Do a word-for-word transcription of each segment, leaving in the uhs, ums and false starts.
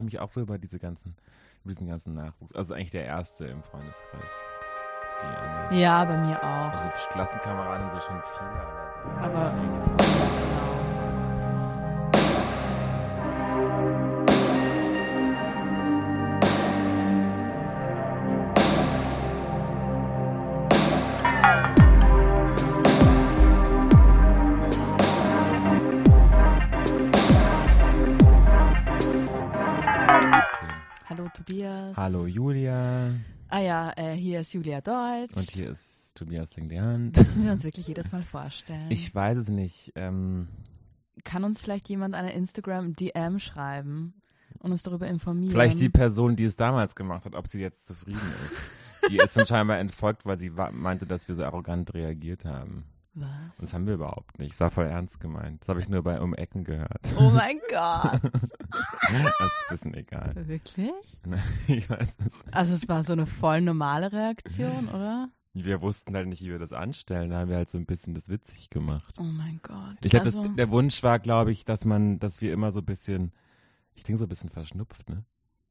mich auch so über diese ganzen, über diesen ganzen Nachwuchs. Also eigentlich der erste im Freundeskreis. Die anderen. Ja, bei mir auch. Also Klassenkameraden sind schon viele, aber. Aber genau. Hallo Tobias. Hallo Julia. Ah ja, äh, hier ist Julia Deutsch. Und hier ist Tobias Lingderhand. Müssen wir uns wirklich jedes Mal vorstellen? Ich weiß es nicht. Ähm, Kann uns vielleicht jemand eine Instagram-D M schreiben und uns darüber informieren? vielleicht die Person, die es damals gemacht hat, ob sie jetzt zufrieden ist. Die ist dann scheinbar entfolgt, weil sie wa- meinte, dass wir so arrogant reagiert haben. Was? Und das haben wir überhaupt nicht. Das war voll ernst gemeint. Das habe ich nur bei Um Ecken gehört. Oh mein Gott. Das ist ein bisschen egal. Wirklich? Ich weiß es. Also es war so eine voll normale Reaktion, oder? Wir wussten halt nicht, wie wir das anstellen. Da haben wir halt so ein bisschen das witzig gemacht. Oh mein Gott. Ich glaube, also, der Wunsch war, glaube ich, dass man, dass wir immer so ein bisschen, ich denke so ein bisschen verschnupft, ne?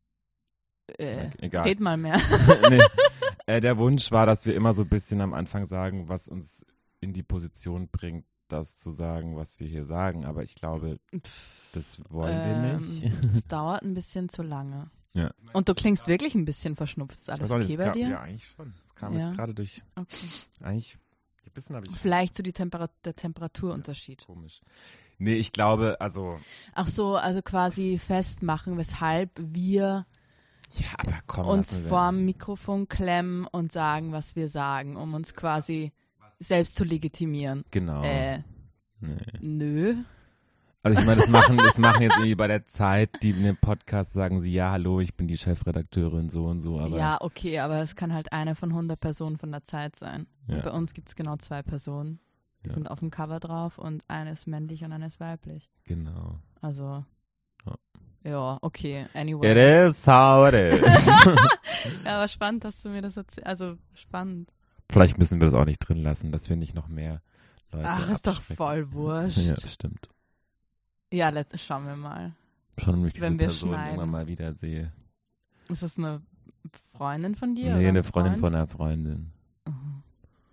äh, Egal. red mal mehr. nee. äh, der Wunsch war, dass wir immer so ein bisschen am Anfang sagen, was uns in die Position bringt, das zu sagen, was wir hier sagen. Aber ich glaube, das wollen ähm, wir nicht. Es dauert ein bisschen zu lange. Ja. Und du klingst wirklich ein bisschen verschnupft. Ist alles Was soll okay das? bei Kam- dir? Ja, eigentlich schon. Das kam Ja. jetzt gerade durch. Okay. Eigentlich, ein bisschen habe ich Vielleicht so die Temperat- der Temperaturunterschied. komisch. Nee, ich glaube, also, Ach so, also quasi festmachen, weshalb wir ja, aber komm, uns lassen wir- vorm Mikrofon klemmen und sagen, was wir sagen, um uns quasi selbst zu legitimieren. Genau. Äh, Nee. nö. Also ich meine, das machen, das machen jetzt irgendwie bei der Zeit, die in dem Podcast sagen sie, ja, hallo, ich bin die Chefredakteurin, so und so, aber Ja, okay, aber es kann halt eine von hundert Personen von der Zeit sein. Ja. Und bei uns gibt es genau zwei Personen. Die Ja. sind auf dem Cover drauf und eine ist männlich und eine ist weiblich. genau. Also, Ja. ja, okay, anyway. It is how it is. Ja, aber spannend, dass du mir das erzählst. Also, spannend. Vielleicht müssen wir das auch nicht drin lassen, dass wir nicht noch mehr Leute Ach, ist doch abschrecken. voll wurscht. Ja, Ja, stimmt. let, schauen wir mal. Schon, wenn ich diese Wenn wir Person schneiden. irgendwann mal wieder sehe. Ist das eine Freundin von dir? Nee, oder eine ein Freundin Freund? von einer Freundin. Mhm.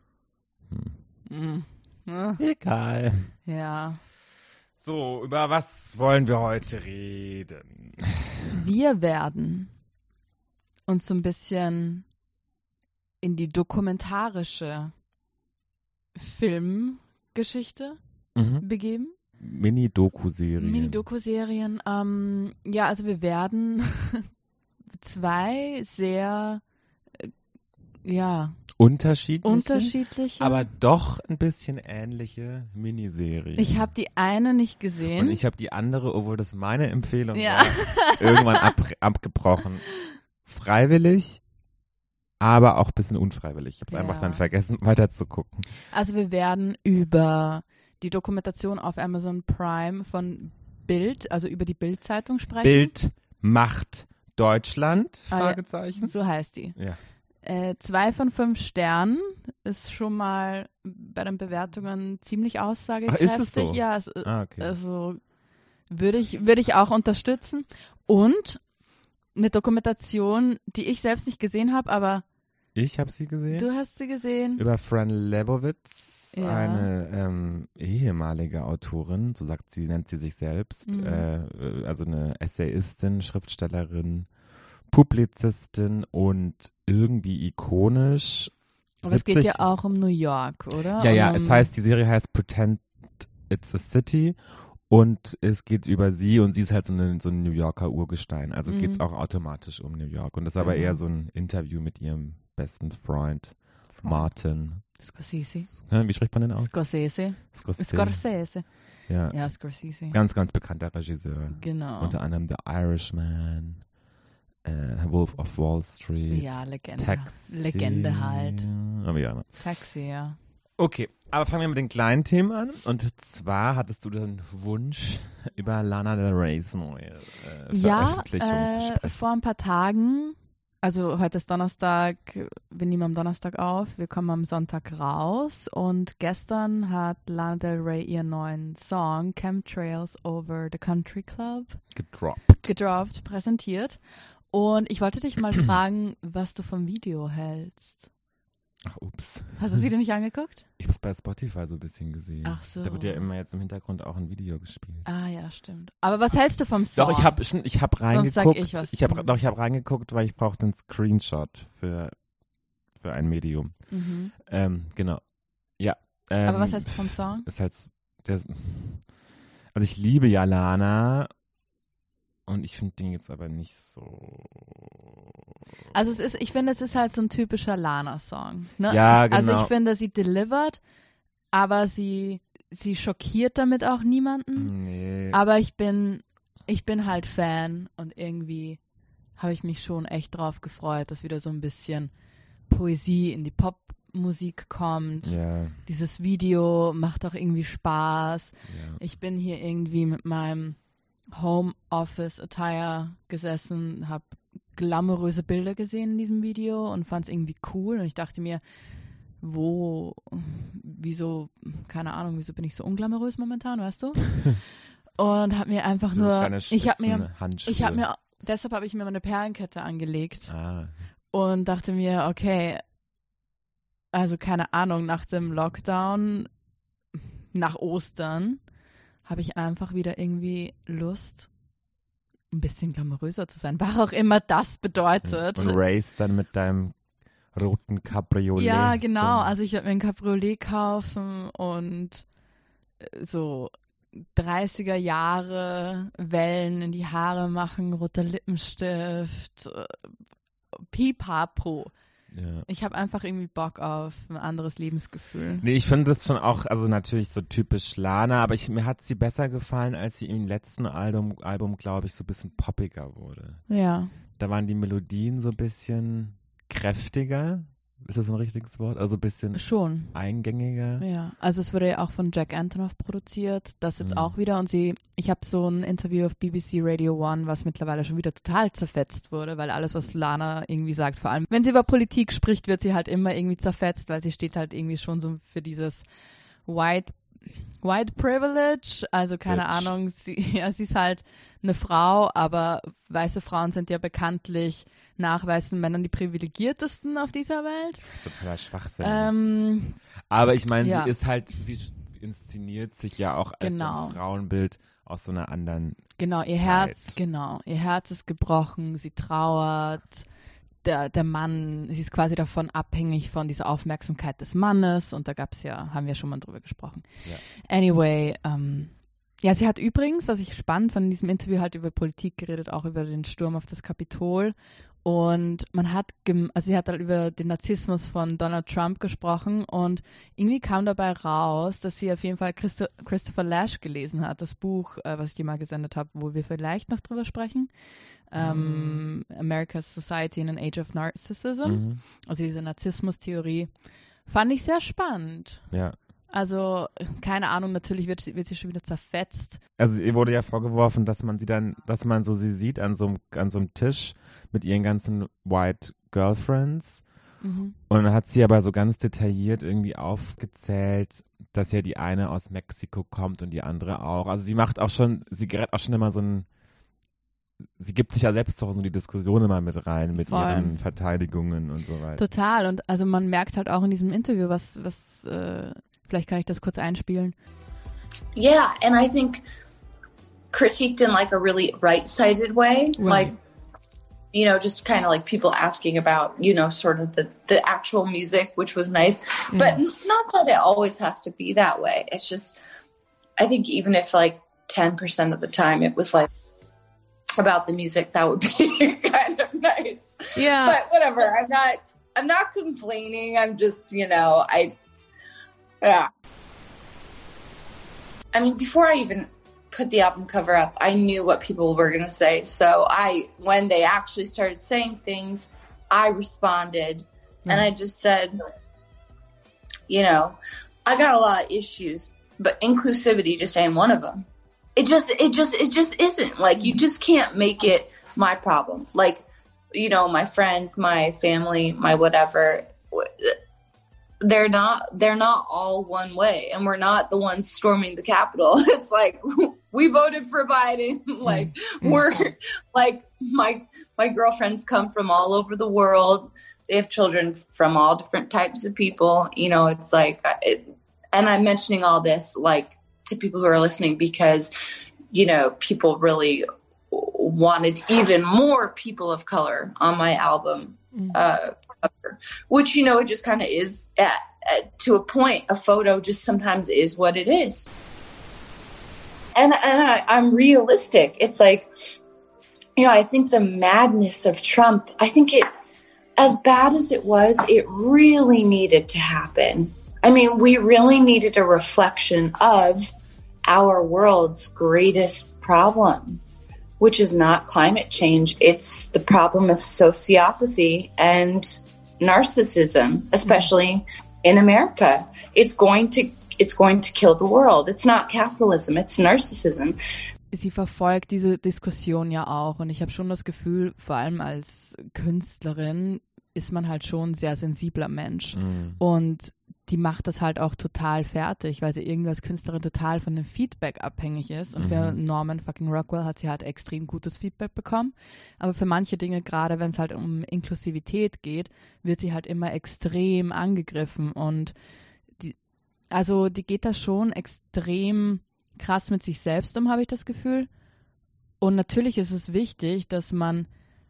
Hm. Mhm. Ja. Egal. Ja. So, über was wollen wir heute reden? Wir werden uns so ein bisschen in die dokumentarische Filmgeschichte Mhm. begeben. Mini-Doku-Serien. Mini-Doku-Serien. Ähm, ja, also wir werden zwei sehr, äh, ja, Unterschiedliche, unterschiedliche. aber doch ein bisschen ähnliche Miniserien. ich habe die eine nicht gesehen. Und ich habe die andere, obwohl das meine Empfehlung Ja. war, irgendwann ab, abgebrochen. Freiwillig, aber auch ein bisschen unfreiwillig. Ich habe es Ja. einfach dann vergessen, weiter zu gucken. Also wir werden über die Dokumentation auf Amazon Prime von Bild, also über die Bild-Zeitung sprechen. Bild macht Deutschland? Ah, ja. Fragezeichen. So heißt die. Ja. Äh, zwei von fünf Sternen ist schon mal bei den Bewertungen ziemlich aussagekräftig. Ach, ist es so? Ja, es, Ah, okay. also würde ich, würde ich auch unterstützen. Und eine Dokumentation, die ich selbst nicht gesehen habe, aber Ich habe sie gesehen. du hast sie gesehen. Über Fran Lebowitz, Ja. eine ähm, ehemalige Autorin, so sagt sie, nennt sie sich selbst, Mhm. äh, also eine Essayistin, Schriftstellerin, Publizistin und irgendwie ikonisch. Aber es geht ja auch um New York, oder? Ja, ja, um, es heißt, die Serie heißt Pretend It's a City und es geht über sie und sie ist halt so, eine, so ein New Yorker Urgestein. Also Mhm. geht es auch automatisch um New York und das ist aber Mhm. eher so ein Interview mit ihrem besten Freund Martin. Scorsese. Ja, wie spricht man denn aus? Scorsese. Scorsese. Scorsese. Ja, Ja, Scorsese. ganz, ganz bekannter Regisseur. Genau. Unter anderem The Irishman, äh, Wolf of Wall Street, Ja, Legende. Taxi. Legende halt. Aber ja, ne. Taxi, ja. Okay, aber fangen wir mit den kleinen Themen an. Und zwar hattest du den Wunsch, über Lana Del Reys neue äh, Ja, Veröffentlichung zu äh, sprechen. vor ein paar Tagen Also heute ist Donnerstag, wir nehmen am Donnerstag auf, wir kommen am Sonntag raus und gestern hat Lana Del Rey ihren neuen Song Chemtrails Over the Country Club gedroppt. gedroppt, präsentiert und ich wollte dich mal fragen, was du vom Video hältst. Ach, ups. Hast du das Video nicht angeguckt? Ich habe es bei Spotify so ein bisschen gesehen. Ach so. Da wird ja immer jetzt im Hintergrund auch ein Video gespielt. Ah ja, stimmt. Aber was hältst du vom Song? Doch, ich habe ich hab reingeguckt. sag ich was ich habe zu. doch, ich habe reingeguckt, weil ich brauchte einen Screenshot für, für ein Medium. Mhm. Ähm, genau. Ja. Ähm, Aber was hältst du vom Song? Ist halt, der ist, also ich liebe ja Lana und ich finde den jetzt aber nicht so. Also es ist, ich finde, es ist halt so ein typischer Lana-Song. Ne? Ja, genau. Also ich finde, sie delivert, aber sie, sie schockiert damit auch niemanden. Nee. Aber ich bin, ich bin halt Fan und irgendwie habe ich mich schon echt drauf gefreut, dass wieder so ein bisschen Poesie in die Popmusik kommt. Ja. Dieses Video macht auch irgendwie Spaß. Ja. Ich bin hier irgendwie mit meinem Home-Office-Attire gesessen, habe glamouröse Bilder gesehen in diesem Video und fand es irgendwie cool und ich dachte mir, wo, wieso, keine Ahnung, wieso bin ich so unglamourös momentan, weißt du? Und habe mir einfach so nur, ich habe mir, Handschuhe. ich habe mir, deshalb habe ich mir meine Perlenkette angelegt ah. und dachte mir, okay, also keine Ahnung, nach dem Lockdown, nach Ostern, habe ich einfach wieder irgendwie Lust, ein bisschen glamouröser zu sein. Was auch immer das bedeutet. Und race dann mit deinem roten Cabriolet. Ja, genau. So. Also ich werde mir ein Cabriolet kaufen und so dreißiger Jahre Wellen in die Haare machen, roter Lippenstift, Pipapo. Ja. Ich habe einfach irgendwie Bock auf ein anderes Lebensgefühl. Nee, ich finde das schon auch, also natürlich so typisch Lana, aber ich, mir hat sie besser gefallen, als sie im letzten Album, Album glaube ich, so ein bisschen poppiger wurde. Ja. Da waren die Melodien so ein bisschen kräftiger. Ist das ein richtiges Wort? Also ein bisschen Schon. eingängiger. Ja, also es wurde ja auch von Jack Antonoff produziert, das jetzt Mhm. auch wieder und sie, ich habe so ein Interview auf B B C Radio One, was mittlerweile schon wieder total zerfetzt wurde, weil alles, was Lana irgendwie sagt, vor allem wenn sie über Politik spricht, wird sie halt immer irgendwie zerfetzt, weil sie steht halt irgendwie schon so für dieses White White Privilege, also keine Bitch. Ahnung, sie, ja, sie ist halt eine Frau, aber weiße Frauen sind ja bekanntlich nach weißen Männern die privilegiertesten auf dieser Welt. Das ist totaler Schwachsinn. Ähm, aber ich meine, ja. sie ist halt, sie inszeniert sich ja auch als Genau. so ein Frauenbild aus so einer anderen Genau, ihr Zeit. Herz, genau, ihr Herz ist gebrochen, sie trauert, der, der Mann, sie ist quasi davon abhängig von dieser Aufmerksamkeit des Mannes und da gab es ja, haben wir schon mal drüber gesprochen. Ja. Anyway, ähm, ja, sie hat übrigens, was ich spannend fand, in diesem Interview halt über Politik geredet, auch über den Sturm auf das Kapitol und man hat, gem- also sie hat halt über den Narzissmus von Donald Trump gesprochen und irgendwie kam dabei raus, dass sie auf jeden Fall Christo- Christopher Lasch gelesen hat, das Buch, äh, was ich dir mal gesendet habe, wo wir vielleicht noch drüber sprechen. Ähm, America's Society in an Age of Narcissism, Mhm. also diese Narzissmus-Theorie, fand ich sehr spannend. Ja. Also, keine Ahnung, natürlich wird sie, wird sie schon wieder zerfetzt. Also ihr wurde ja vorgeworfen, dass man sie dann, dass man so sie sieht an so einem, an so einem Tisch mit ihren ganzen White Girlfriends. Mhm. Und dann hat sie aber so ganz detailliert irgendwie aufgezählt, dass ja die eine aus Mexiko kommt und die andere auch. Also sie macht auch schon, sie gerät auch schon immer so ein, sie gibt sich ja selbst doch so die Diskussion immer mit rein, mit Voll. ihren Verteidigungen und so weiter. Total. Und also man merkt halt auch in diesem Interview, was, was äh, vielleicht kann ich das kurz einspielen. Yeah, and I think critiqued in like a really right-sided way, Right. like, you know, just kind of like people asking about, you know, sort of the, the actual music, which was nice. Yeah. But n- not that it always has to be that way. It's just, I think even if like ten percent of the time it was like about the music, that would be kind of nice. Yeah. But whatever, I'm not, I'm not complaining. I'm just, you know, I, yeah. I mean, before I even put the album cover up, I knew what people were going to say. So I, when they actually started saying things, I responded and I just said, you know, I got a lot of issues, but inclusivity just ain't one of them. It just, it just, it just isn't. Like, you just can't make it my problem. Like, you know, my friends, my family, my whatever, they're not they're not all one way, and we're not the ones storming the Capitol. It's like we voted for Biden. Like mm-hmm. we're like my my girlfriends come from all over the world. They have children from all different types of people. You know, it's like, it, and I'm mentioning all this like to people who are listening because, you know, people really wanted even more people of color on my album mm-hmm. uh, cover, which, you know, it just kind of is at, at, to a point. A photo just sometimes is what it is. And, and I, I'm realistic. It's like, you know, I think the madness of Trump, I think it, as bad as it was, it really needed to happen. I mean, we really needed a reflection of our world's greatest problem, which is not climate change. It's the problem of sociopathy and narcissism, especially in America. It's going to, it's going to kill the world. It's not capitalism, it's narcissism. Sie verfolgt diese Diskussion ja auch und ich habe schon das Gefühl, vor allem als Künstlerin ist man halt schon ein sehr sensibler Mensch mm. und die macht das halt auch total fertig, weil sie irgendwie als Künstlerin total von dem Feedback abhängig ist und mhm. für Norman fucking Rockwell hat sie halt extrem gutes Feedback bekommen, aber für manche Dinge, gerade wenn es halt um Inklusivität geht, wird sie halt immer extrem angegriffen und die, also die geht da schon extrem krass mit sich selbst um, habe ich das Gefühl. Und natürlich ist es wichtig, dass man,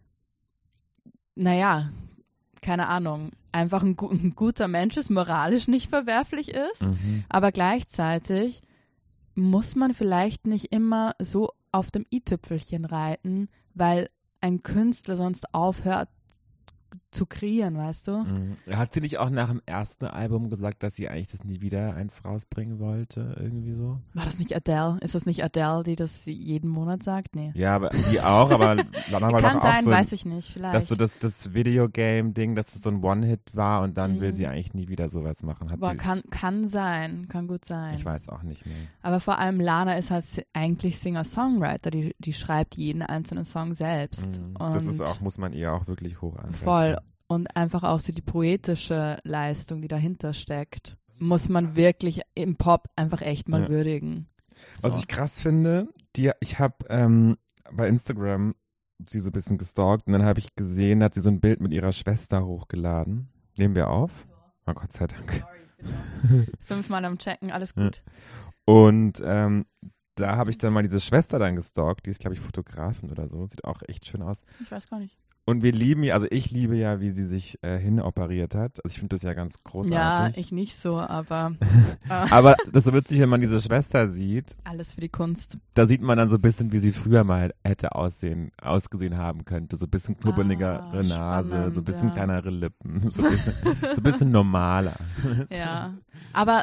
naja, keine Ahnung, einfach ein, ein guter Mensch ist, moralisch nicht verwerflich ist, mhm. aber gleichzeitig muss man vielleicht nicht immer so auf dem i-Tüpfelchen reiten, weil ein Künstler sonst aufhört zu kreieren, weißt du? Mhm. Hat sie nicht auch nach dem ersten Album gesagt, dass sie eigentlich das nie wieder eins rausbringen wollte, irgendwie so? War das nicht Adele? Ist das nicht Adele, die das jeden Monat sagt? Nee. Ja, aber die auch, aber Lana war Kann doch sein, auch so, weiß ich nicht, vielleicht. Dass so das, das Videogame-Ding, dass es so ein One-Hit war und dann mhm. will sie eigentlich nie wieder sowas machen. Hat Boah, sie, kann, kann sein, kann gut sein. Ich weiß auch nicht mehr. Aber vor allem Lana ist halt eigentlich Singer-Songwriter, die, die schreibt jeden einzelnen Song selbst. Mhm. Und das ist auch, muss man ihr auch wirklich hoch anrechnen. Voll. Und einfach auch so die poetische Leistung, die dahinter steckt, muss man wirklich im Pop einfach echt mal ja. würdigen. So. Was ich krass finde, die, ich habe ähm, bei Instagram sie so ein bisschen gestalkt und dann habe ich gesehen, hat sie so ein Bild mit ihrer Schwester hochgeladen. Nehmen wir auf? Oh Gott sei Dank. Sorry, fünfmal am Checken, alles gut. Ja. Und ähm, da habe ich dann mal diese Schwester dann gestalkt, die ist glaube ich Fotografin oder so, sieht auch echt schön aus. Ich weiß gar nicht. Und wir lieben ja, also ich liebe ja, wie sie sich äh, hinoperiert hat. Also ich finde das ja ganz großartig. Ja, ich nicht so, aber... aber das ist so witzig, wenn man diese Schwester sieht. Alles für die Kunst. Da sieht man dann so ein bisschen, wie sie früher mal hätte aussehen, ausgesehen haben könnte. So ein bisschen knubbeligere ah, Nase, spannend, so ein bisschen ja. kleinere Lippen, so ein bisschen, so ein bisschen normaler. Ja, aber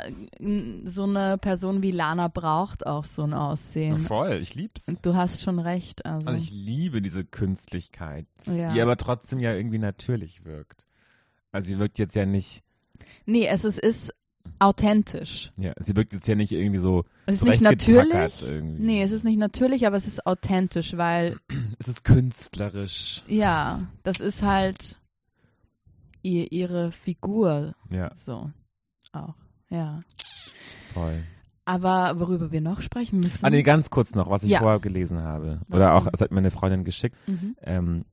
so eine Person wie Lana braucht auch so ein Aussehen. Voll, ich lieb's. Du hast schon recht. Also, also ich liebe diese Künstlichkeit. Ja. Die aber trotzdem ja irgendwie natürlich wirkt. Also sie wirkt jetzt ja nicht... Nee, es ist, ist authentisch. Ja, sie wirkt jetzt ja nicht irgendwie so Es ist nicht natürlich. Irgendwie. Nee, es ist nicht natürlich, aber es ist authentisch, weil... Es ist künstlerisch. Ja, das ist halt ihr, ihre Figur. Ja. So, auch, ja. Toll. Aber worüber wir noch sprechen müssen... Ah nee, ganz kurz noch, was ich ja. vorher gelesen habe. Was Oder auch, denn? das hat mir eine Freundin geschickt. Mhm. Ähm,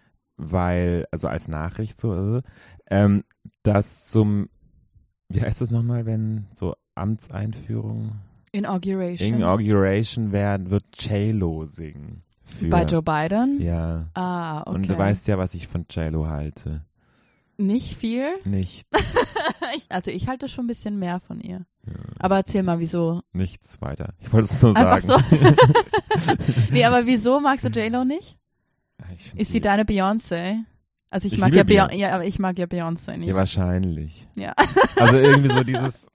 weil, also als Nachricht so, ähm, dass zum, wie heißt das nochmal, wenn so Amtseinführung? Inauguration. Inauguration werden, wird J-Lo singen. Für, Bei Joe Biden? Ja. Ah, okay. Und du weißt ja, was ich von J-Lo halte. Nicht viel? Nicht. ich, also ich halte schon ein bisschen mehr von ihr. Ja. Aber erzähl mal, wieso? Nichts weiter. Ich wollte es nur Einfach sagen. So? Nee, aber wieso magst du J-Lo nicht? Ist sie die, deine Beyoncé? Also ich, ich mag ja Beyoncé. Beyoncé, ja, aber ich mag ja Beyoncé nicht. Ja, wahrscheinlich. Ja. Also irgendwie so dieses,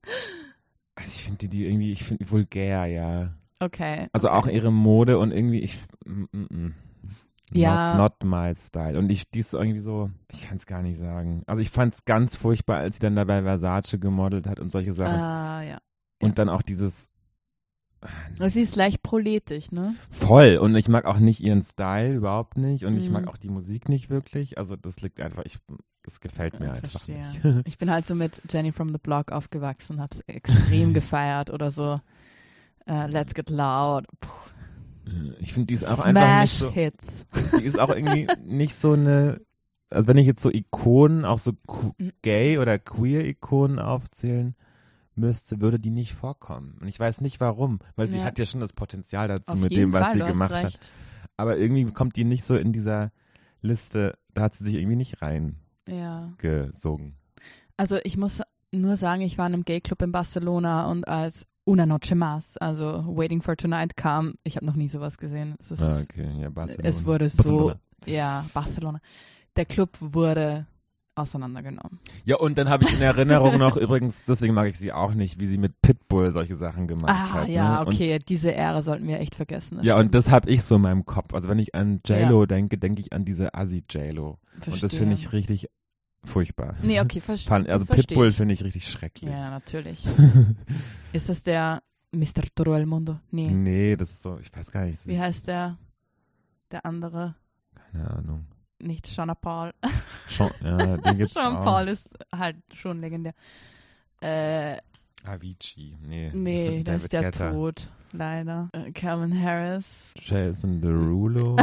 ich finde die, die irgendwie, ich finde die vulgär, ja. Okay. Also okay. auch ihre Mode und irgendwie, ich, mm, mm, ja. Not, not my style. Und ich, die ist so irgendwie so, ich kann es gar nicht sagen. Also ich fand es ganz furchtbar, als sie dann dabei Versace gemodelt hat und solche Sachen. Ah, ja. Und ja. dann auch dieses, Sie ist leicht proletisch, ne? Voll. Und ich mag auch nicht ihren Style, überhaupt nicht. Und ich Mhm. mag auch die Musik nicht wirklich. Also das liegt einfach, ich, das gefällt mir Ich einfach verstehe. nicht. Ich bin halt so mit Jenny from the Block aufgewachsen, hab's extrem gefeiert oder so. Uh, Let's Get Loud. Puh. Ich finde, die ist auch einfach nicht so, Smash-Hits. die ist auch irgendwie nicht so eine, also wenn ich jetzt so Ikonen, auch so Q- Gay- oder Queer-Ikonen aufzählen müsste, würde die nicht vorkommen. Und ich weiß nicht warum, weil sie Ja. hat ja schon das Potenzial dazu Auf mit jeden dem, was Fall, sie du hast gemacht hat. recht. Aber irgendwie kommt die nicht so in dieser Liste, da hat sie sich irgendwie nicht Ja. reingesogen. Also ich muss nur sagen, ich war in einem Gay-Club in Barcelona und als Una Noche Más, also Waiting for Tonight kam, ich habe noch nie sowas gesehen. Es, ist, Ah, okay, ja, Barcelona. es wurde so, Barcelona. ja, Barcelona. Der Club wurde auseinandergenommen. Ja, und dann habe ich in Erinnerung noch, übrigens, deswegen mag ich sie auch nicht, wie sie mit Pitbull solche Sachen gemacht Ah, hat. ja, ne? okay, diese Ära sollten wir echt vergessen. Und, ja, stimmt. und das habe ich so in meinem Kopf. Also wenn ich an J-Lo denke, denke ich an diese Assi-J-Lo. Und das Verstehe. finde ich richtig furchtbar. Nee, okay, verstehe. Fand- Also Pitbull finde ich richtig schrecklich. Ja, natürlich. Ist das der Mister Todo el Mundo? Nee. Nee, das ist so, ich weiß gar nicht. das Wie ist- heißt der? Der andere? Keine Ahnung. Nicht Sean Paul. Schon, ja, den gibt's Sean auch. Paul ist halt schon legendär. Äh, Avicii, nee. nee, der ist David ja Guetta. tot, leider. Äh, Calvin Harris. Jason Derulo.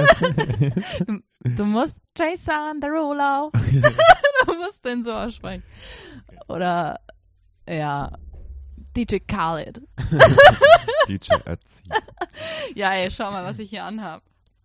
Du musst Jason Derulo. Du musst den so aussprechen. Oder, ja, D J Khaled. D J Ötzi. Ja, ey, schau mal, was ich hier anhab.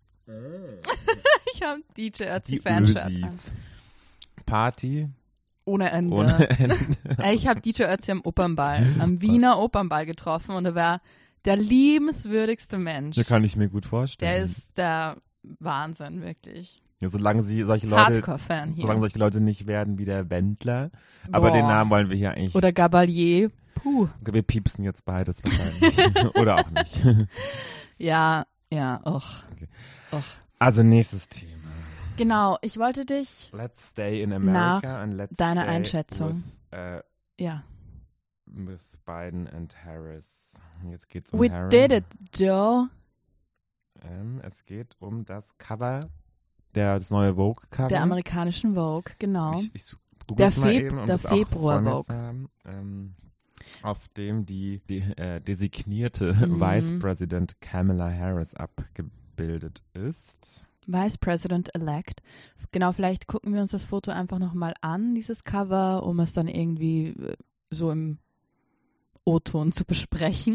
Ich habe D J Ötzi Die Fanshirt an. Ösis. Party Ohne Ende. ohne Ende. Ey, ich habe D J Ötzi am Opernball, am Wiener Opernball getroffen und er war der liebenswürdigste Mensch. Das kann ich mir gut vorstellen. Der ist der Wahnsinn, wirklich. Ja, solange sie solche Leute, Hardcore-Fan hier. solange solche Leute nicht werden wie der Wendler. Aber Boah. den Namen wollen wir hier eigentlich. Oder Gabalier. Puh. Wir piepsen jetzt beides wahrscheinlich. Oder auch nicht. Ja, ja, och. Okay. och. Also nächstes Thema. Genau, ich wollte dich, Let's stay in America and let's deiner stay Einschätzung. With, äh, ja. with Biden and Harris. Jetzt geht's um We Harris. did it, Joe. Ähm, es geht um das Cover, der, das neue Vogue-Cover. Der amerikanischen Vogue, genau. Ich, ich google Der es mal Feb- eben, um der das auch Februar vor mir Vogue. zu haben. Ähm, auf dem die, die äh, designierte Mhm. Vice President Kamala Harris abgebildet ist. Vice President-elect. Genau, vielleicht gucken wir uns das Foto einfach nochmal an, dieses Cover, um es dann irgendwie äh, so im O-Ton zu besprechen.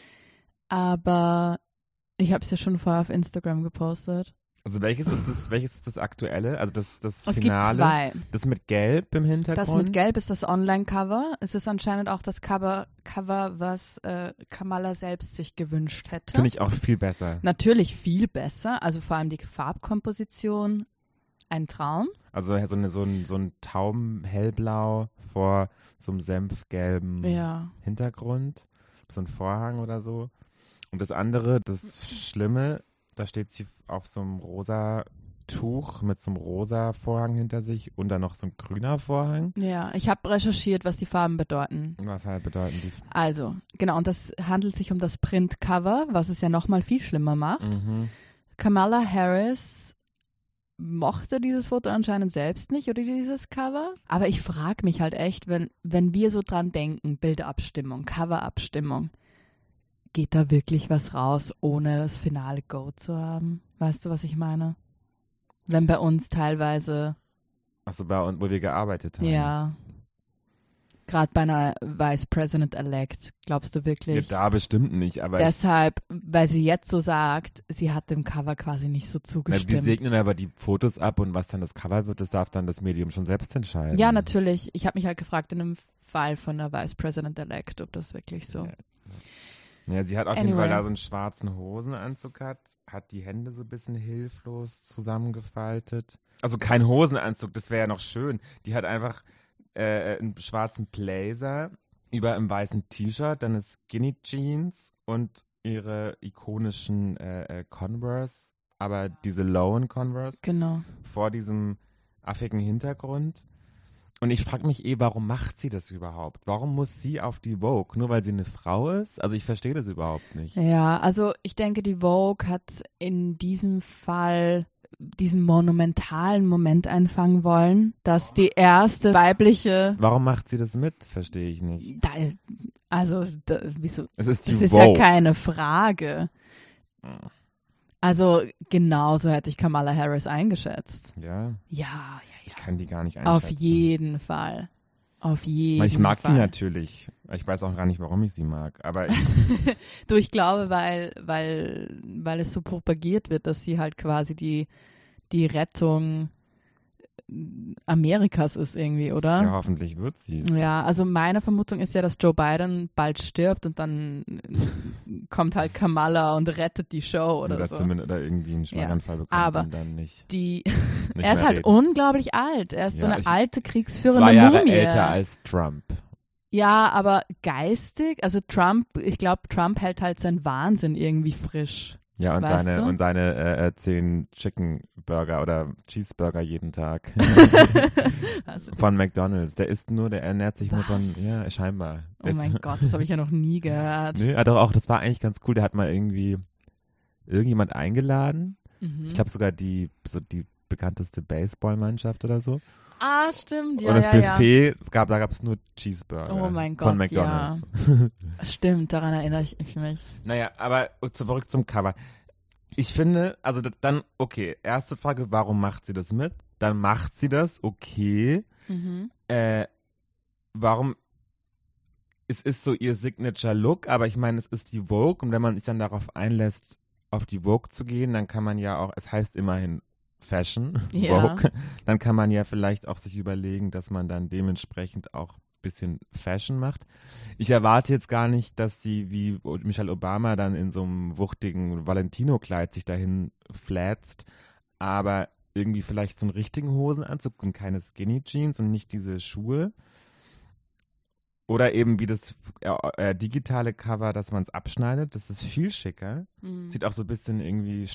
Aber ich habe es ja schon vorher auf Instagram gepostet. Also welches ist das, welches ist das aktuelle? Also das, das Es Finale? gibt zwei. Das mit Gelb im Hintergrund? Das mit Gelb ist das Online-Cover. Es ist anscheinend auch das Cover, Cover was äh, Kamala selbst sich gewünscht hätte. Finde ich auch viel besser. Natürlich viel besser. Also vor allem die Farbkomposition. Ein Traum. Also so, eine, so ein, so ein Tauben-Hellblau vor so einem senfgelben Ja. Hintergrund. So ein Vorhang oder so. Und das andere, das Schlimme, da steht sie auf so einem rosa Tuch mit so einem rosa Vorhang hinter sich und dann noch so ein grüner Vorhang. Ja, ich habe recherchiert, was die Farben bedeuten. Was halt bedeuten die? Also, genau, und das handelt sich um das Printcover, was es ja nochmal viel schlimmer macht. Mhm. Kamala Harris mochte dieses Foto anscheinend selbst nicht oder dieses Cover. Aber ich frage mich halt echt, wenn, wenn wir so dran denken, Bildabstimmung, Coverabstimmung, geht da wirklich was raus, ohne das finale Go zu haben? Weißt du, was ich meine? Wenn bei uns teilweise, Achso, bei uns, wo wir gearbeitet haben. ja, gerade bei einer Vice President-elect, glaubst du Ja, wirklich? da bestimmt nicht, aber ich, Deshalb, weil sie jetzt so sagt, sie hat dem Cover quasi nicht so na, zugestimmt. wir segnen aber die Fotos ab und was dann das Cover wird, das darf dann das Medium schon selbst entscheiden. Ja, natürlich. Ich habe mich halt gefragt in einem Fall von der Vice President-elect, ob das wirklich so. Ja. Ja, sie hat auf jeden Anyway. Fall da so einen schwarzen Hosenanzug hat, hat die Hände so ein bisschen hilflos zusammengefaltet. Also kein Hosenanzug, das wäre ja noch schön. Die hat einfach äh, einen schwarzen Blazer über einem weißen T-Shirt, dann ist Skinny Jeans und ihre ikonischen äh, äh, Converse, aber diese lowen Converse Genau. vor diesem affigen Hintergrund. Und ich frage mich eh, warum macht sie das überhaupt? Warum muss sie auf die Vogue? Nur weil sie eine Frau ist? Also ich verstehe das überhaupt nicht. Ja, also ich denke, die Vogue hat in diesem Fall diesen monumentalen Moment einfangen wollen, dass die erste weibliche... Warum macht sie das mit? Das verstehe ich nicht. Da, also, da, wieso? Es ist die das ist Vogue. ja keine Frage. Also genauso hätte ich Kamala Harris eingeschätzt. Ja? Ja, ja, Ich ja. kann die gar nicht einschätzen. Auf jeden Fall. Auf jeden Fall. Ich mag die natürlich. Ich weiß auch gar nicht, warum ich sie mag. Aber ich, Du, ich glaube, weil, weil, weil es so propagiert wird, dass sie halt quasi die, die Rettung Amerikas ist irgendwie, oder? ja, hoffentlich wird sie es. Ja, also meine Vermutung ist ja, dass Joe Biden bald stirbt und dann kommt halt Kamala und rettet die Show oder, oder so. zumindest oder irgendwie einen Schlaganfall bekommt Aber und dann nicht. Die, nicht er ist mehr halt reden. unglaublich alt. Er ist so Ja, eine ich- alte, kriegsführende Zwei Jahre Mumie. älter als Trump. Ja, aber geistig, also Trump, ich glaube, Trump hält halt seinen Wahnsinn irgendwie frisch. Ja, und Weißt seine du? und seine äh, äh, zehn Chicken Burger oder Cheeseburger jeden Tag Also, von McDonald's. Der isst nur, der ernährt sich nur von, Was? ja, scheinbar. oh mein Gott, das habe ich ja noch nie gehört. Nee, aber auch, das war eigentlich ganz cool. Der hat mal irgendwie irgendjemand eingeladen. Mhm. Ich glaube sogar die so die bekannteste Baseballmannschaft oder so. Ah, stimmt, ja, und das ja, Buffet, gab, da gab es nur Cheeseburger Oh mein von Gott, McDonald's. ja. Stimmt, daran erinnere ich mich. Naja, aber zurück zum Cover. Ich finde, also d- dann, okay, erste Frage, warum macht sie das mit? Dann macht sie das, okay. Mhm. Äh, warum, es ist so ihr Signature-Look, aber ich meine, es ist die Vogue und wenn man sich dann darauf einlässt, auf die Vogue zu gehen, dann kann man ja auch, es heißt immerhin Fashion, Ja. Vogue, dann kann man ja vielleicht auch sich überlegen, dass man dann dementsprechend auch ein bisschen Fashion macht. Ich erwarte jetzt gar nicht, dass sie wie Michelle Obama dann in so einem wuchtigen Valentino-Kleid sich dahin flätzt, aber irgendwie vielleicht so einen richtigen Hosenanzug und keine Skinny Jeans und nicht diese Schuhe. Oder eben wie das äh, äh, digitale Cover, dass man es abschneidet. Das ist viel schicker. Mhm. Sieht auch so ein bisschen irgendwie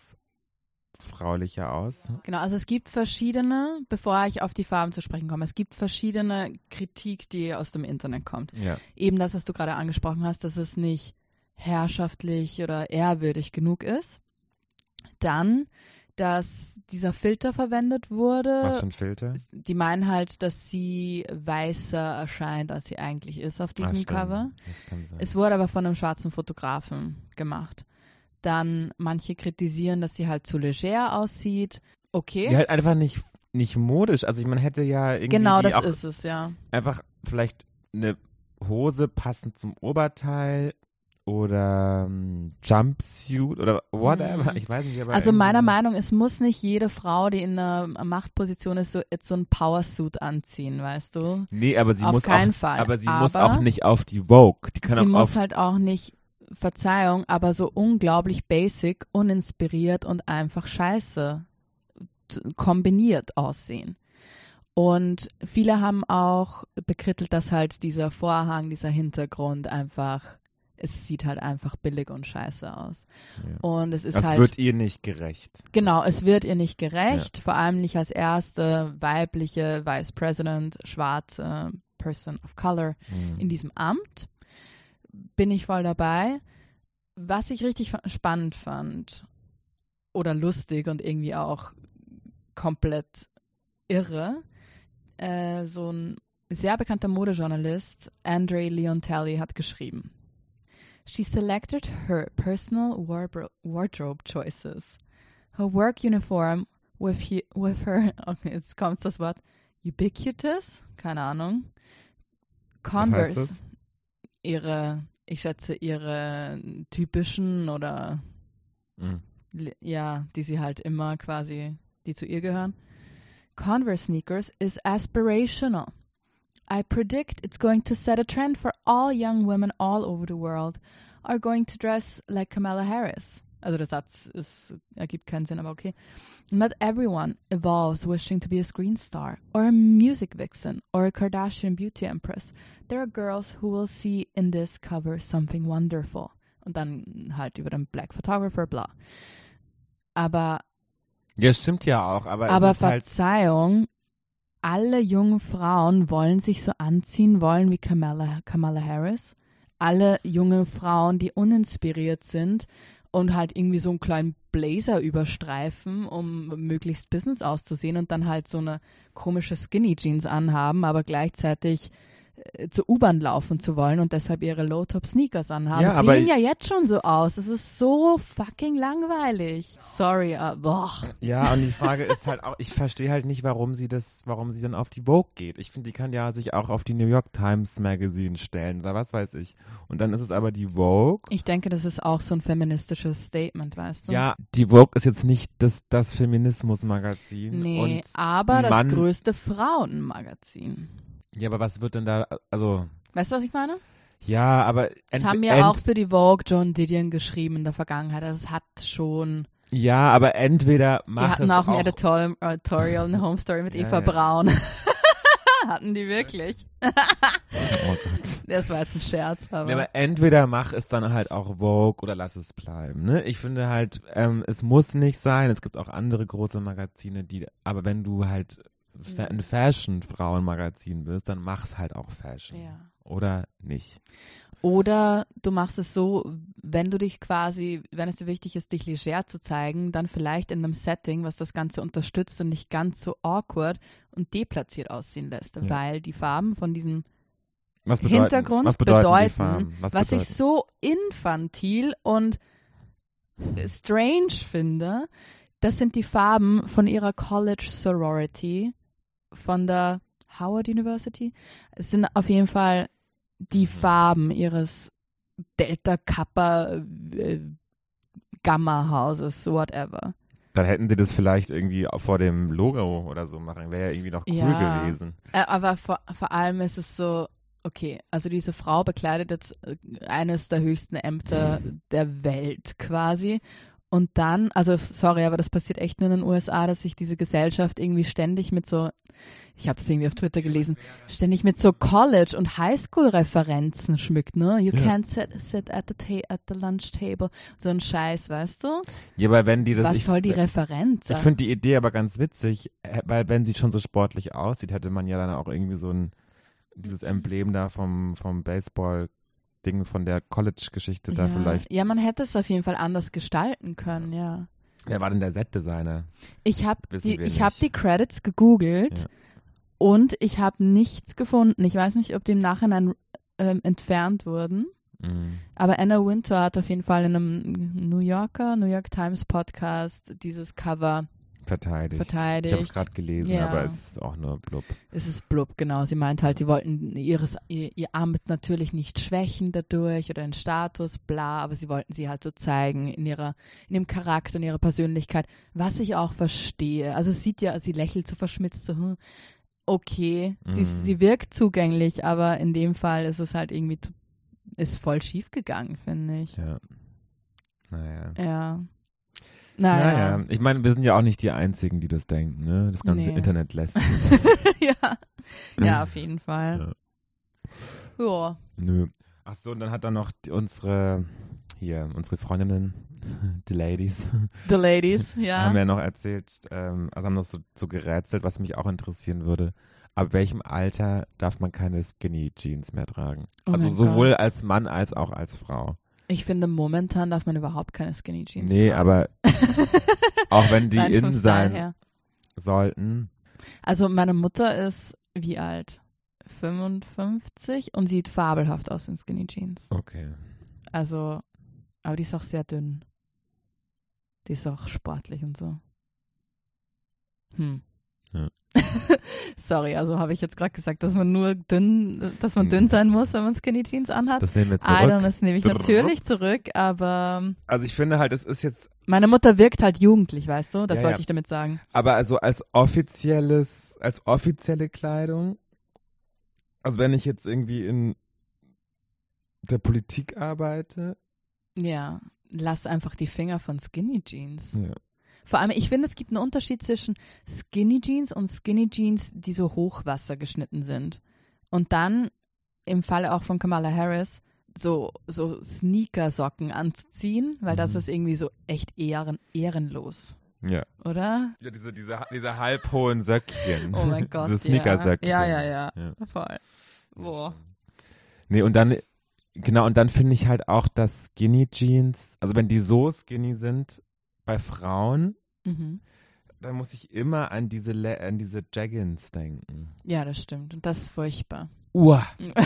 staatsfraulicher aus. Genau, also es gibt verschiedene, bevor ich auf die Farben zu sprechen komme, es gibt verschiedene Kritik, die aus dem Internet kommt. Ja. Eben das, was du gerade angesprochen hast, dass es nicht herrschaftlich oder ehrwürdig genug ist. Dann, dass dieser Filter verwendet wurde. Was für ein Filter? Die meinen halt, dass sie weißer erscheint, als sie eigentlich ist auf diesem Ah, stimmt. Cover. Das kann sein. Es wurde aber von einem schwarzen Fotografen gemacht. Dann manche kritisieren, dass sie halt zu leger aussieht. Okay, Die halt einfach nicht, nicht modisch. Also ich, man hätte ja irgendwie genau die das auch ist es, ja. einfach vielleicht eine Hose passend zum Oberteil oder ähm, Jumpsuit oder whatever. Mhm. Ich weiß nicht, aber Also irgendwie meiner so- Meinung nach, es muss nicht jede Frau, die in einer Machtposition ist, so, jetzt so ein Powersuit anziehen, weißt du? Nee, aber sie Auf muss keinen auch, Fall. aber sie Aber muss auch nicht auf die Vogue. Die kann Sie auch muss auf halt auch nicht, Verzeihung, aber so unglaublich basic, uninspiriert und einfach scheiße t- kombiniert aussehen. Und viele haben auch bekrittelt, dass halt dieser Vorhang, dieser Hintergrund einfach, es sieht halt einfach billig und scheiße aus. Ja. Und es ist Das halt, wird ihr nicht gerecht. genau, es wird ihr nicht gerecht, vor allem nicht als erste weibliche Vice President, schwarze Person of Color Mhm. in diesem Amt. Bin ich voll dabei. Was ich richtig fa- spannend fand oder lustig und irgendwie auch komplett irre, äh, so ein sehr bekannter Modejournalist, Andre Leontelli, hat geschrieben: She selected her personal wardro- wardrobe choices. Her work uniform with, he- with her, okay, jetzt kommt das Wort, ubiquitous, keine Ahnung, Was heißt Converse, das? ihre, ich schätze, ihre typischen oder, Mhm. li- ja, die sie halt immer quasi, die zu ihr gehören. Converse sneakers is aspirational. I predict it's going to set a trend for all young women all over the world are going to dress like Kamala Harris. Also der Satz ist, ergibt keinen Sinn, aber okay. Not everyone evolves wishing to be a screen star or a music vixen or a Kardashian beauty empress. There are girls who will see in this cover something wonderful. Und dann halt über den Black Photographer, bla. Aber Ja, stimmt ja auch, aber, aber es ist halt, Verzeihung, alle jungen Frauen wollen sich so anziehen wollen wie Kamala, Kamala Harris. Alle junge Frauen, die uninspiriert sind und halt irgendwie so einen kleinen Blazer überstreifen, um möglichst Business auszusehen und dann halt so eine komische Skinny Jeans anhaben, aber gleichzeitig äh, zur U-Bahn laufen zu wollen und deshalb ihre Low-Top-Sneakers anhaben. Ja, aber sehen ja jetzt schon so aus. Das ist so fucking langweilig. Sorry, uh, boah. Ja, und die Frage ist halt auch, ich verstehe halt nicht, warum sie das, warum sie dann auf die Vogue geht. Ich finde, die kann ja sich auch auf die New York Times Magazine stellen oder was weiß ich. Und dann ist es aber die Vogue. Ich denke, das ist auch so ein feministisches Statement, weißt du? Ja, die Vogue ist jetzt nicht das, das Feminismus-Magazin. Nee, und aber das Mann, größte Frauenmagazin. Ja, aber was wird denn da, also, Weißt du, was ich meine? ja, aber Das ent- haben ja ent- auch für die Vogue Joan Didion geschrieben in der Vergangenheit. Also es hat schon, ja, aber entweder die mach hatten es auch ein auch, Editorial, Editorial eine Home Story mit Ja, Eva ja. Braun. Hatten die wirklich? oh Gott. Das war jetzt ein Scherz, aber. Ja, aber entweder mach es dann halt auch Vogue oder lass es bleiben. Ne? Ich finde halt, ähm, es muss nicht sein. Es gibt auch andere große Magazine, die, aber wenn du halt fa- ein Fashion-Frauenmagazin bist, dann mach's halt auch Fashion. Ja. Oder nicht. Oder du machst es so, wenn du dich quasi, wenn es dir wichtig ist, dich leger zu zeigen, dann vielleicht in einem Setting, was das Ganze unterstützt und nicht ganz so awkward und deplatziert aussehen lässt. Ja. Weil die Farben von diesem Was bedeuten, Hintergrund was bedeuten, bedeuten, die Farben? Was, was bedeuten? ich so infantil und strange finde, das sind die Farben von ihrer College Sorority von der Howard University. Es sind auf jeden Fall die Farben ihres Delta Kappa äh, Gamma Hauses, whatever. Dann hätten sie das vielleicht irgendwie auch vor dem Logo oder so machen. Wäre ja irgendwie noch cool Ja. gewesen. Äh, aber vor, vor allem ist es so, okay, also diese Frau bekleidet jetzt äh, eines der höchsten Ämter der Welt quasi. Und dann, also sorry, aber das passiert echt nur in den U S A, dass sich diese Gesellschaft irgendwie ständig mit so, ich habe das irgendwie auf Twitter gelesen, ständig mit so College- und Highschool-Referenzen schmückt, ne? You Ja. can't sit, sit at the ta- at the lunch table. So ein Scheiß, weißt du? Ja, aber wenn die das... Was ich, soll die Referenz Ich sein? finde die Idee aber ganz witzig, äh, weil wenn sie schon so sportlich aussieht, hätte man ja dann auch irgendwie so ein, dieses Emblem da vom, vom Baseball-Ding von der College-Geschichte da ja. vielleicht. Ja, man hätte es auf jeden Fall anders gestalten können, ja. Wer war denn der Set-Designer? Ich habe Wissen die, wir ich hab nicht. die Credits gegoogelt Ja. und ich habe nichts gefunden. Ich weiß nicht, ob die im Nachhinein ähm, entfernt wurden. Mhm. Aber Anna Wintour hat auf jeden Fall in einem New Yorker, New York Times Podcast dieses Cover Verteidigt. verteidigt. Ich habe es gerade gelesen, Ja. aber es ist auch nur blub. Es ist blub, genau. Sie meint halt, die wollten ihres, ihr, ihr Amt natürlich nicht schwächen dadurch oder den Status, bla, aber sie wollten sie halt so zeigen in ihrer, in ihrem Charakter, in ihrer Persönlichkeit, was ich auch verstehe. Also es sieht ja, sie lächelt so verschmitzt, so, hm, okay, sie, Mhm. sie wirkt zugänglich, aber in dem Fall ist es halt irgendwie, zu- ist voll schief gegangen, finde ich. Ja. Naja. Ja. Naja. Naja, ich meine, wir sind ja auch nicht die Einzigen, die das denken, ne? Das ganze Nee. Internet lässt uns. ja. Ja, auf jeden Fall. Ja. Nö. Ach so, und dann hat dann noch die, unsere, hier, unsere Freundinnen, die Ladies, The Ladies, ja. haben ja noch erzählt, ähm, also haben noch so, so gerätselt, was mich auch interessieren würde. Ab welchem Alter darf man keine Skinny Jeans mehr tragen? Oh also mein sowohl Gott. als Mann als auch als Frau. Ich finde, momentan darf man überhaupt keine Skinny Jeans Nee, tragen. aber auch wenn die Rein vom in Style sein her. sollten. Also meine Mutter ist wie alt? fünfundfünfzig und sieht fabelhaft aus in Skinny Jeans. Okay. Also, aber die ist auch sehr dünn. Die ist auch sportlich und so. Hm. Ja. Sorry, also habe ich jetzt gerade gesagt, dass man nur dünn, dass man Hm. dünn sein muss, wenn man Skinny Jeans anhat. Das nehmen wir I don't, zurück. das nehme ich natürlich zurück, aber Also ich finde halt, es ist jetzt, meine Mutter wirkt halt jugendlich, weißt du? Das Ja, wollte ja. ich damit sagen. aber also als offizielles, als offizielle Kleidung, also wenn ich jetzt irgendwie in der Politik arbeite, Ja, lass einfach die Finger von Skinny Jeans. ja. Vor allem, ich finde, es gibt einen Unterschied zwischen Skinny Jeans und Skinny Jeans, die so Hochwasser geschnitten sind. Und dann, im Falle auch von Kamala Harris, so, so Sneakersocken anzuziehen, weil das Mhm. ist irgendwie so echt ehren, ehrenlos. Ja. oder? Ja, diese, diese, diese halbhohen Söckchen. Oh mein Gott, Diese Sneakersöckchen. Ja, ja, ja, ja. voll. Boah. Nee, und dann, genau, und dann finde ich halt auch, dass Skinny Jeans, also wenn die so skinny sind bei Frauen, Mhm. dann muss ich immer an diese, Le- an diese Jaggins denken. Ja, das stimmt. Und das ist furchtbar. Uah.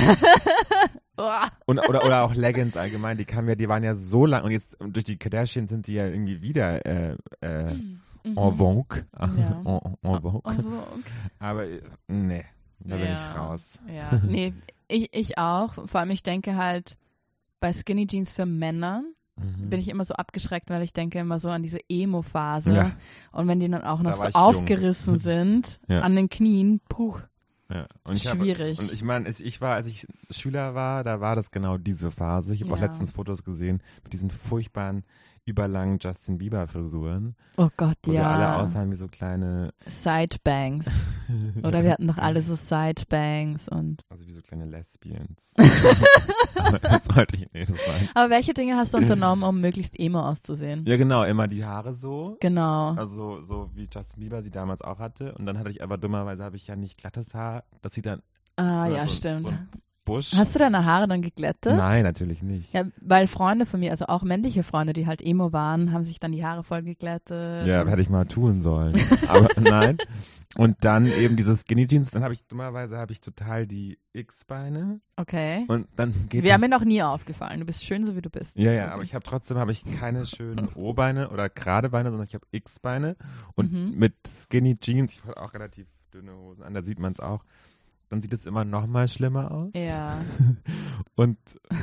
Uah. Und, oder, oder auch Leggings allgemein, die kamen ja, die waren ja so lang und jetzt durch die Kardashians sind die ja irgendwie wieder äh, äh, Mhm. en vogue. Ja. En, en vogue. Oh, okay. Aber äh, nee, da bin Ja. ich raus. Ja, nee, ich, ich auch. Vor allem, ich denke halt, bei Skinny Jeans für Männer Mhm. bin ich immer so abgeschreckt, weil ich denke immer so an diese Emo-Phase. Ja. Und wenn die dann auch noch Da so war ich jung. aufgerissen sind Ja. an den Knien, puh, Ja. Und ich hab, schwierig. Und ich meine, ich war, als ich Schüler war, da war das genau diese Phase. Ich habe auch Ja. letztens Fotos gesehen mit diesen furchtbaren, überlangen Justin Bieber-Frisuren, Oh Gott, wo wir alle ja. aussahen wie so kleine, Sidebangs. Oder wir hatten doch alle so Sidebangs und. also wie so kleine Lesbians. Aber das wollte ich nicht sagen. Aber welche Dinge hast du unternommen, um möglichst emo auszusehen? Ja, genau, immer die Haare so. Genau. Also so wie Justin Bieber sie damals auch hatte. Und dann hatte ich aber dummerweise habe ich ja nicht glattes Haar. Das sieht dann Ah, oder ja, so, stimmt. so ein Busch. Hast du deine Haare dann geglättet? Nein, natürlich nicht. Ja, weil Freunde von mir, also auch männliche Freunde, die halt emo waren, haben sich dann die Haare voll geglättet. Ja, hätte ich mal tun sollen. Aber nein. Und dann eben diese Skinny Jeans, dann habe ich dummerweise habe ich total die X-Beine Okay. und dann geht Wir es, haben mir noch nie aufgefallen. Du bist schön, so wie du bist. ja, ja, aber ich habe trotzdem habe ich keine schönen O-Beine oder gerade Beine, sondern ich habe X-Beine und Mhm. mit Skinny Jeans, ich habe auch relativ dünne Hosen an, da sieht man es auch, dann sieht es immer noch mal schlimmer aus. Ja. Und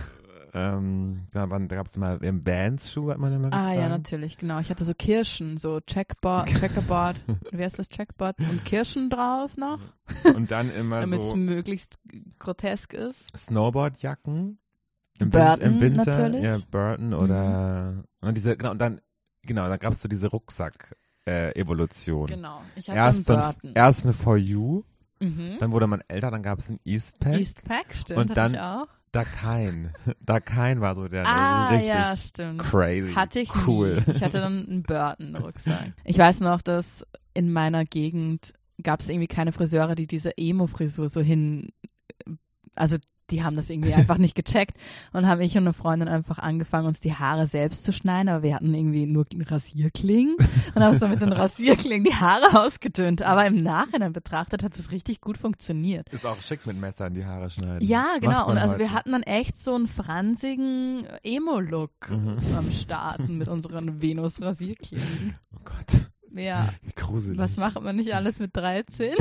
ähm, da, waren- da gab es mal im Vans-Schuh, hat man immer getragen. Ah, ja, natürlich, genau. Ich hatte so Kirschen, so Checkboard, Checkerboard, wie heißt das, Checkboard und Kirschen drauf noch, Und dann immer damit es so möglichst grotesk ist. Snowboardjacken. Im, Burton Win im Winter. natürlich. Ja, Burton oder und diese, genau, und dann, genau, dann gab es so diese Rucksack-Evolution. Genau. Ich hatte erst, einen so ein, Burton. erst eine For You, Mhm. dann wurde man älter, dann gab es ein Eastpack. Eastpack, stimmt, Und hatte dann ich auch. Dakein. Dakein war so der Ah, richtig ja, stimmt. crazy. Hatte ich cool. nie. Ich hatte dann einen Burton-Rucksack. Ich weiß noch, dass in meiner Gegend gab es irgendwie keine Friseure, die diese Emo-Frisur so hin, also die haben das irgendwie einfach nicht gecheckt und haben ich und eine Freundin einfach angefangen, uns die Haare selbst zu schneiden, aber wir hatten irgendwie nur Rasierklingen und haben uns dann mit den Rasierklingen die Haare ausgetönt. Aber im Nachhinein betrachtet hat es richtig gut funktioniert. Ist auch schick mit Messern die Haare schneiden. Ja, Macht genau. man Und also heute. wir hatten dann echt so einen fransigen Emo-Look Mhm. am Starten mit unseren Venus-Rasierklingen. Oh Gott, Ja, wie gruselig. was macht man nicht alles mit dreizehn?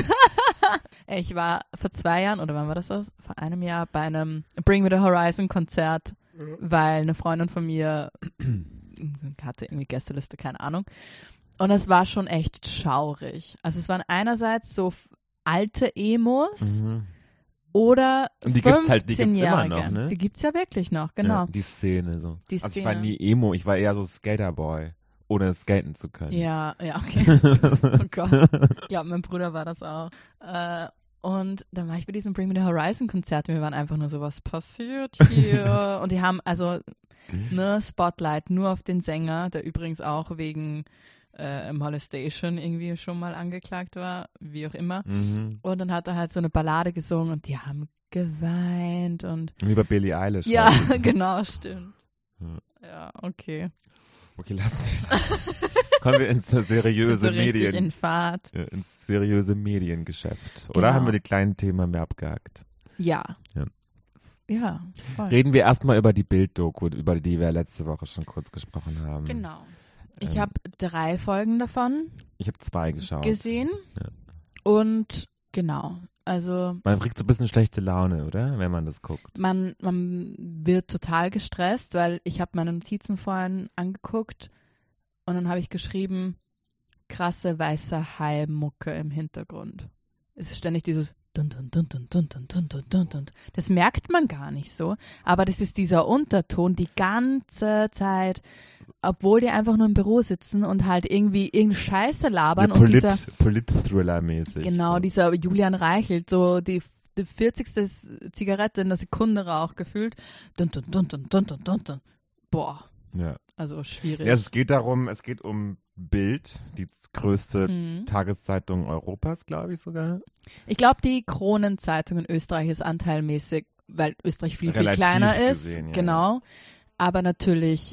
Ich war vor zwei Jahren, oder wann war das? das? Vor einem Jahr bei einem Bring Me the Horizon Konzert, weil eine Freundin von mir hatte irgendwie Gästeliste, keine Ahnung. Und es war schon echt schaurig. Also es waren einerseits so f- alte Emos Mhm. oder Und die gibt's halt, die gibt's immer fünfzehnjährige. noch, ne? Die gibt's ja wirklich noch, genau. Ja, die Szene so. Die Also ich war Szene. nie Emo, ich war eher so Skaterboy, ohne skaten zu können. Ja, ja, okay. Oh Gott. Ich glaube, mein Bruder war das auch. Äh, und dann war ich bei diesem Bring Me the Horizon Konzert und wir waren einfach nur so, was passiert hier? Und die haben also ne Spotlight nur auf den Sänger, der übrigens auch wegen äh, Molestation irgendwie schon mal angeklagt war, wie auch immer. Mhm. Und dann hat er halt so eine Ballade gesungen und die haben geweint und Wie bei Billie Eilish. ja, halt. genau, stimmt. Ja. Ja, okay. Okay, lassen wir das. Kommen wir ins seriöse So richtig Medien, in Fahrt. äh, ins seriöse Mediengeschäft. Oder Genau. haben wir die kleinen Themen mehr abgehakt? Ja. Ja. Ja, voll. Reden wir erstmal über die Bilddoku, über die wir letzte Woche schon kurz gesprochen haben. Genau. Ich Ähm, habe drei Folgen davon Ich habe zwei geschaut. gesehen. Ja. Und genau, also Man kriegt so ein bisschen schlechte Laune, oder? Wenn man das guckt. man, man wird total gestresst, weil ich habe meine Notizen vorhin angeguckt und dann habe ich geschrieben, krasse weiße Hai-Mucke im Hintergrund. Es ist ständig dieses dun, dun, dun, dun, dun, dun, dun, dun, dun, dun. Das merkt man gar nicht so, aber das ist dieser Unterton die ganze Zeit, obwohl die einfach nur im Büro sitzen und halt irgendwie irgendeine Scheiße labern Ja, und dieser Polit, Polit-Thriller-mäßig. Genau, so. dieser Julian Reichelt, so die, die vierzigste Zigarette in der Sekunde raucht gefühlt. Dun, dun, dun, dun, dun, dun, dun, dun. Boah, Ja. also schwierig. Ja, es geht darum, es geht um Bild, die größte Mhm. Tageszeitung Europas, glaube ich sogar. Ich glaube, die Kronenzeitung in Österreich ist anteilmäßig, weil Österreich viel, viel Relativ kleiner ist. gesehen, ja, genau. Aber natürlich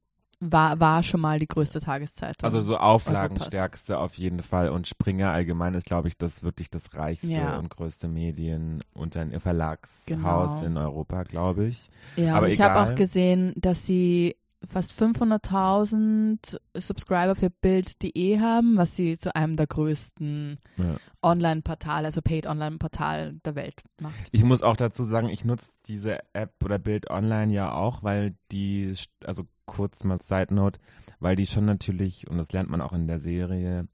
war, war schon mal die größte Tageszeitung. Also so Auflagenstärkste auf jeden Fall. Und Springer allgemein ist, glaube ich, das wirklich das reichste Ja. und größte Medien- und ein Verlagshaus Genau. in Europa, glaube ich. ja, aber und ich habe egal. auch gesehen, dass sie fast fünfhunderttausend Subscriber für Bild punkt de haben, was sie zu einem der größten Ja. Online-Portale, also Paid-Online-Portal der Welt macht. Ich muss auch dazu sagen, ich nutze diese App oder Bild Online ja auch, weil die, also kurz mal Side Note, weil die schon natürlich, und das lernt man auch in der Serie,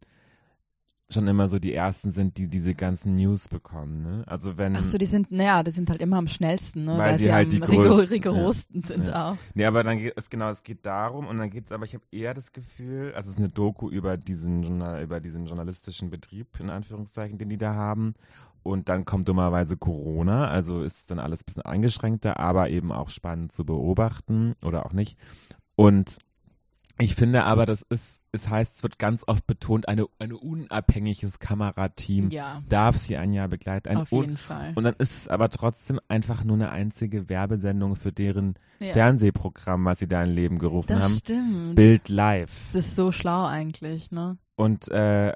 schon immer so die ersten sind, die diese ganzen News bekommen. Ne? Also wenn, Achso, die sind, naja, die sind halt immer am schnellsten, ne? Weil weil sie sie halt am die rigor größten, rigorosten ja. sind Ja. auch. nee, aber dann geht es genau, es geht darum und dann geht es, aber ich habe eher das Gefühl, also es ist eine Doku über diesen, Journal, über diesen journalistischen Betrieb, in Anführungszeichen, den die da haben. Und dann kommt dummerweise Corona, also ist dann alles ein bisschen eingeschränkter, aber eben auch spannend zu beobachten oder auch nicht. Und ich finde aber, das ist, es heißt, es wird ganz oft betont, eine, ein unabhängiges Kamerateam Ja, darf sie ein Jahr begleiten. Ein auf un- jeden Fall. Und dann ist es aber trotzdem einfach nur eine einzige Werbesendung für deren Ja. Fernsehprogramm, was sie da in Leben gerufen Das haben. stimmt. Bild Live. Das ist so schlau eigentlich, ne? Und äh,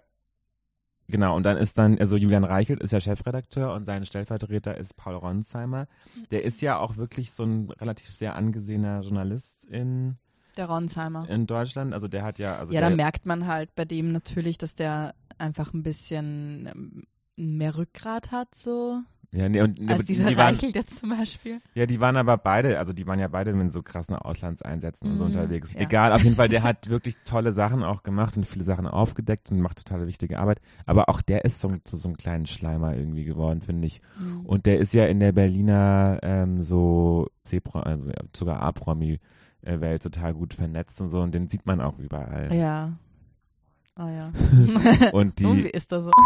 genau, und dann ist dann, also Julian Reichelt ist ja Chefredakteur und sein Stellvertreter ist Paul Ronsheimer. Der ist ja auch wirklich so ein relativ sehr angesehener Journalist in, Der Ronsheimer. in Deutschland. Also der hat ja, also ja, der, da merkt man halt bei dem natürlich, dass der einfach ein bisschen ähm, mehr Rückgrat hat, so. ja, nee, und, Als die, dieser die waren, Reichelt jetzt zum Beispiel. ja, die waren aber beide, also die waren ja beide mit so krassen Auslandseinsätzen und so Mhm, unterwegs. ja. Egal, auf jeden Fall, der hat wirklich tolle Sachen auch gemacht und viele Sachen aufgedeckt und macht total wichtige Arbeit. Aber auch der ist so, zu so einem kleinen Schleimer irgendwie geworden, finde ich. Mhm. Und der ist ja in der Berliner ähm, so C-Pro, also ja, sogar A-Promi-Welt total gut vernetzt und so und den sieht man auch überall. Ja. Ah ja. Und Nun, wie die, ist das so?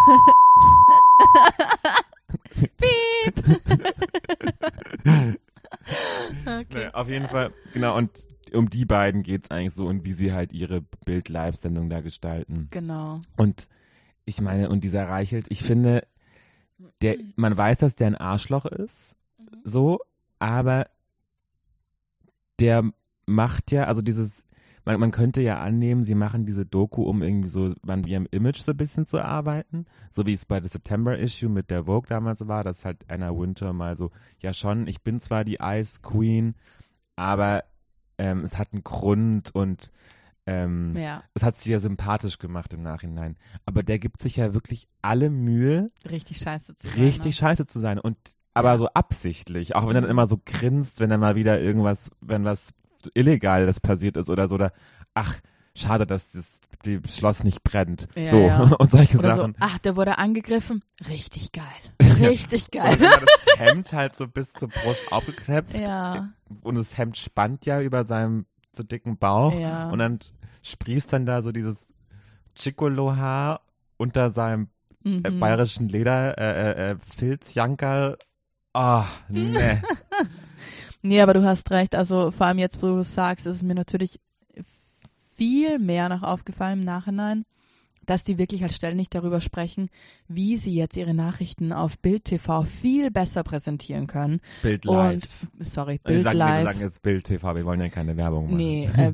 Okay. naja, auf jeden Fall, genau, und um die beiden geht's eigentlich so und wie sie halt ihre Bild-Live-Sendung da gestalten. Genau. Und ich meine, und dieser Reichelt, ich finde, der, man weiß, dass der ein Arschloch ist, so, aber der macht ja, also dieses, man, man könnte ja annehmen, sie machen diese Doku, um irgendwie so an ihrem Image so ein bisschen zu arbeiten, so wie es bei der September-Issue mit der Vogue damals war, dass halt Anna Wintour mal so, ja schon, ich bin zwar die Ice Queen, aber ähm, es hat einen Grund und ähm, Ja, es hat sie ja sympathisch gemacht im Nachhinein. Aber der gibt sich ja wirklich alle Mühe, richtig scheiße zu sein. richtig ne? scheiße zu sein. Und aber Ja. so absichtlich. Auch wenn er dann Mhm. immer so grinst, wenn dann mal wieder irgendwas, wenn was Illegales passiert ist oder so. Oder ach, schade, dass das die Schloss nicht brennt. Ja, so ja. und solche Oder Sachen. so, ach, der wurde angegriffen. Richtig geil. Richtig Und geil. immer das Hemd halt so bis zur Brust aufgeknöpft. Ja, Und das Hemd spannt ja über seinem zu dicken Bauch. ja. Und dann sprießt dann da so dieses Chicolo-Haar unter seinem Mhm. äh, bayerischen Leder, äh, äh, Filzjankerl. Ah, ne. Nee, aber du hast recht. Also vor allem jetzt, wo du es sagst, ist es mir natürlich viel mehr noch aufgefallen im Nachhinein, dass die wirklich halt ständig darüber sprechen, wie sie jetzt ihre Nachrichten auf Bild T V viel besser präsentieren können. Bild Und, live. sorry, Wir Bild sagen, wir live. sagen jetzt Bild T V, wir wollen ja keine Werbung machen. Nee, äh,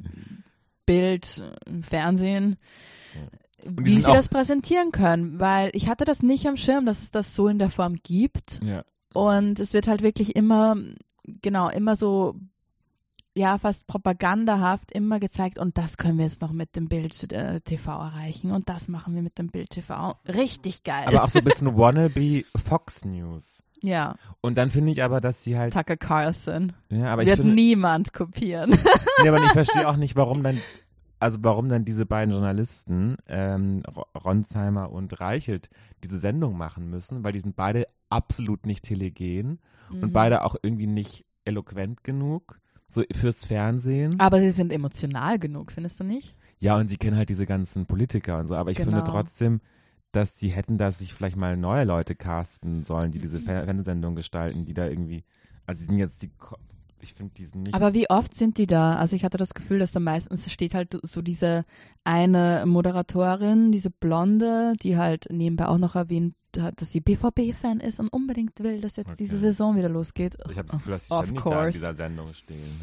Bild, äh, Fernsehen. die Wie sind sie auch- das präsentieren können, weil ich hatte das nicht am Schirm, dass es das so in der Form gibt. Ja. Und es wird halt wirklich immer, genau, immer so, ja, fast propagandahaft immer gezeigt und das können wir jetzt noch mit dem Bild äh, T V erreichen und das machen wir mit dem Bild T V. Richtig geil. Aber auch so ein bisschen wannabe Fox News. ja, Und dann finde ich aber, dass sie halt, Tucker Carlson. ja, aber ich Wird finde, niemand kopieren. nee, aber ich verstehe auch nicht, warum dann, also warum dann diese beiden Journalisten, ähm, Ro- Ronsheimer und Reichelt, diese Sendung machen müssen, weil die sind beide absolut nicht telegen Mhm. und beide auch irgendwie nicht eloquent genug, so fürs Fernsehen. Aber sie sind emotional genug, findest du nicht? Ja, und sie kennen halt diese ganzen Politiker und so, aber ich Genau. finde trotzdem, dass die hätten da sich vielleicht mal neue Leute casten sollen, die diese Fer Fernsehsendung gestalten, die da irgendwie, also sie sind jetzt die Ko ich finde diesen nicht. Aber wie oft sind die da? Also ich hatte das Gefühl, dass da meistens steht halt so diese eine Moderatorin, diese Blonde, die halt nebenbei auch noch erwähnt hat, dass sie B V B-Fan ist und unbedingt will, dass jetzt okay. diese Saison wieder losgeht. Ich habe das Gefühl, dass die ständig da in dieser Sendung stehen.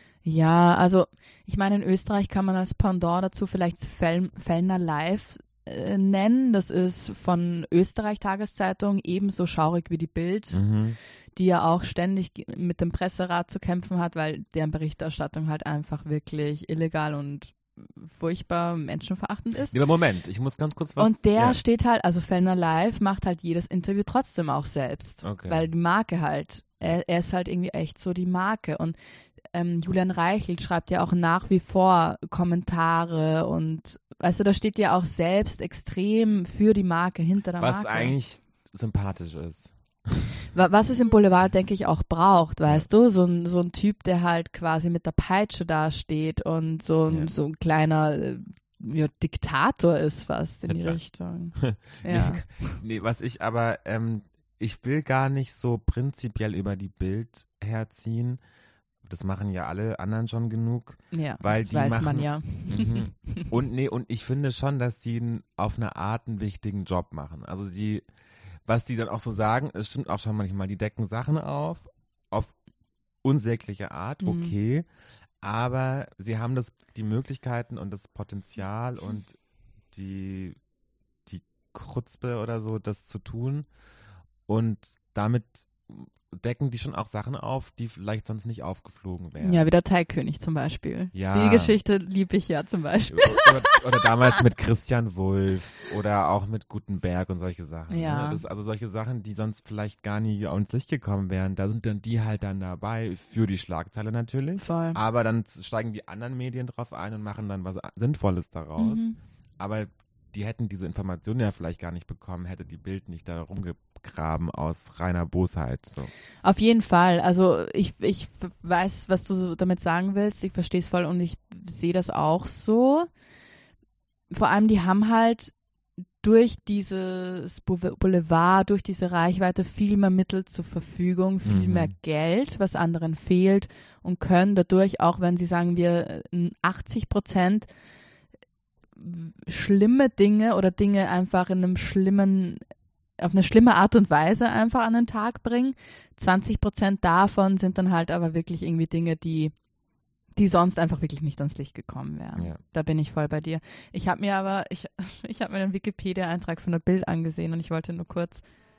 Ja, also ich meine, in Österreich kann man als Pendant dazu vielleicht Fel- Fellner Live äh, nennen. Das ist von Österreich Tageszeitung ebenso schaurig wie die Bild, mhm. die ja auch ständig mit dem Presserat zu kämpfen hat, weil deren Berichterstattung halt einfach wirklich illegal und furchtbar menschenverachtend ist. Aber Moment, ich muss ganz kurz was... Und der ja. steht halt, also Fellner Live macht halt jedes Interview trotzdem auch selbst, okay. weil die Marke halt, er, er ist halt irgendwie echt so die Marke und ähm, Julian Reichelt schreibt ja auch nach wie vor Kommentare und also da steht ja auch selbst extrem für die Marke, hinter der was Marke. Was eigentlich sympathisch ist. Was es im Boulevard, denke ich, auch braucht, weißt ja. du? So ein, so ein Typ, der halt quasi mit der Peitsche dasteht und so ein, ja. so ein kleiner ja, Diktator ist fast in ja, die klar. Richtung. Ja. nee, nee, was ich aber, ähm, ich will gar nicht so prinzipiell über die Bild herziehen. Das machen ja alle anderen schon genug. Ja, weil das die weiß machen, man ja. Mhm. Und nee, und ich finde schon, dass die auf eine Art einen wichtigen Job machen. Also die, was die dann auch so sagen, es stimmt auch schon manchmal, die decken Sachen auf, auf unsägliche Art, okay, mhm. aber sie haben das, die Möglichkeiten und das Potenzial und die, die Chutzpe oder so, das zu tun und damit decken die schon auch Sachen auf, die vielleicht sonst nicht aufgeflogen wären. Ja, wie der Teigkönig zum Beispiel. Ja. Die Geschichte liebe ich ja zum Beispiel. Oder, oder damals mit Christian Wulff oder auch mit Gutenberg und solche Sachen. Ja. Ne? Das, also solche Sachen, die sonst vielleicht gar nie ans Licht gekommen wären, da sind dann die halt dann dabei, für die Schlagzeile natürlich. Voll. Aber dann steigen die anderen Medien drauf ein und machen dann was Sinnvolles daraus. Mhm. Aber die hätten diese Informationen ja vielleicht gar nicht bekommen, hätte die Bild nicht da rumgegraben aus reiner Bosheit. So. Auf jeden Fall. Also ich, ich weiß, was du damit sagen willst. Ich verstehe es voll und ich sehe das auch so. Vor allem, die haben halt durch dieses Boulevard, durch diese Reichweite viel mehr Mittel zur Verfügung, viel mhm. mehr Geld, was anderen fehlt und können dadurch auch, wenn sie sagen, wir achtzig Prozent schlimme Dinge oder Dinge einfach in einem schlimmen, auf eine schlimme Art und Weise einfach an den Tag bringen. zwanzig Prozent davon sind dann halt aber wirklich irgendwie Dinge, die, die sonst einfach wirklich nicht ans Licht gekommen wären. Ja. Da bin ich voll bei dir. Ich habe mir aber, ich, ich habe mir den Wikipedia-Eintrag von der Bild angesehen und ich wollte nur kurz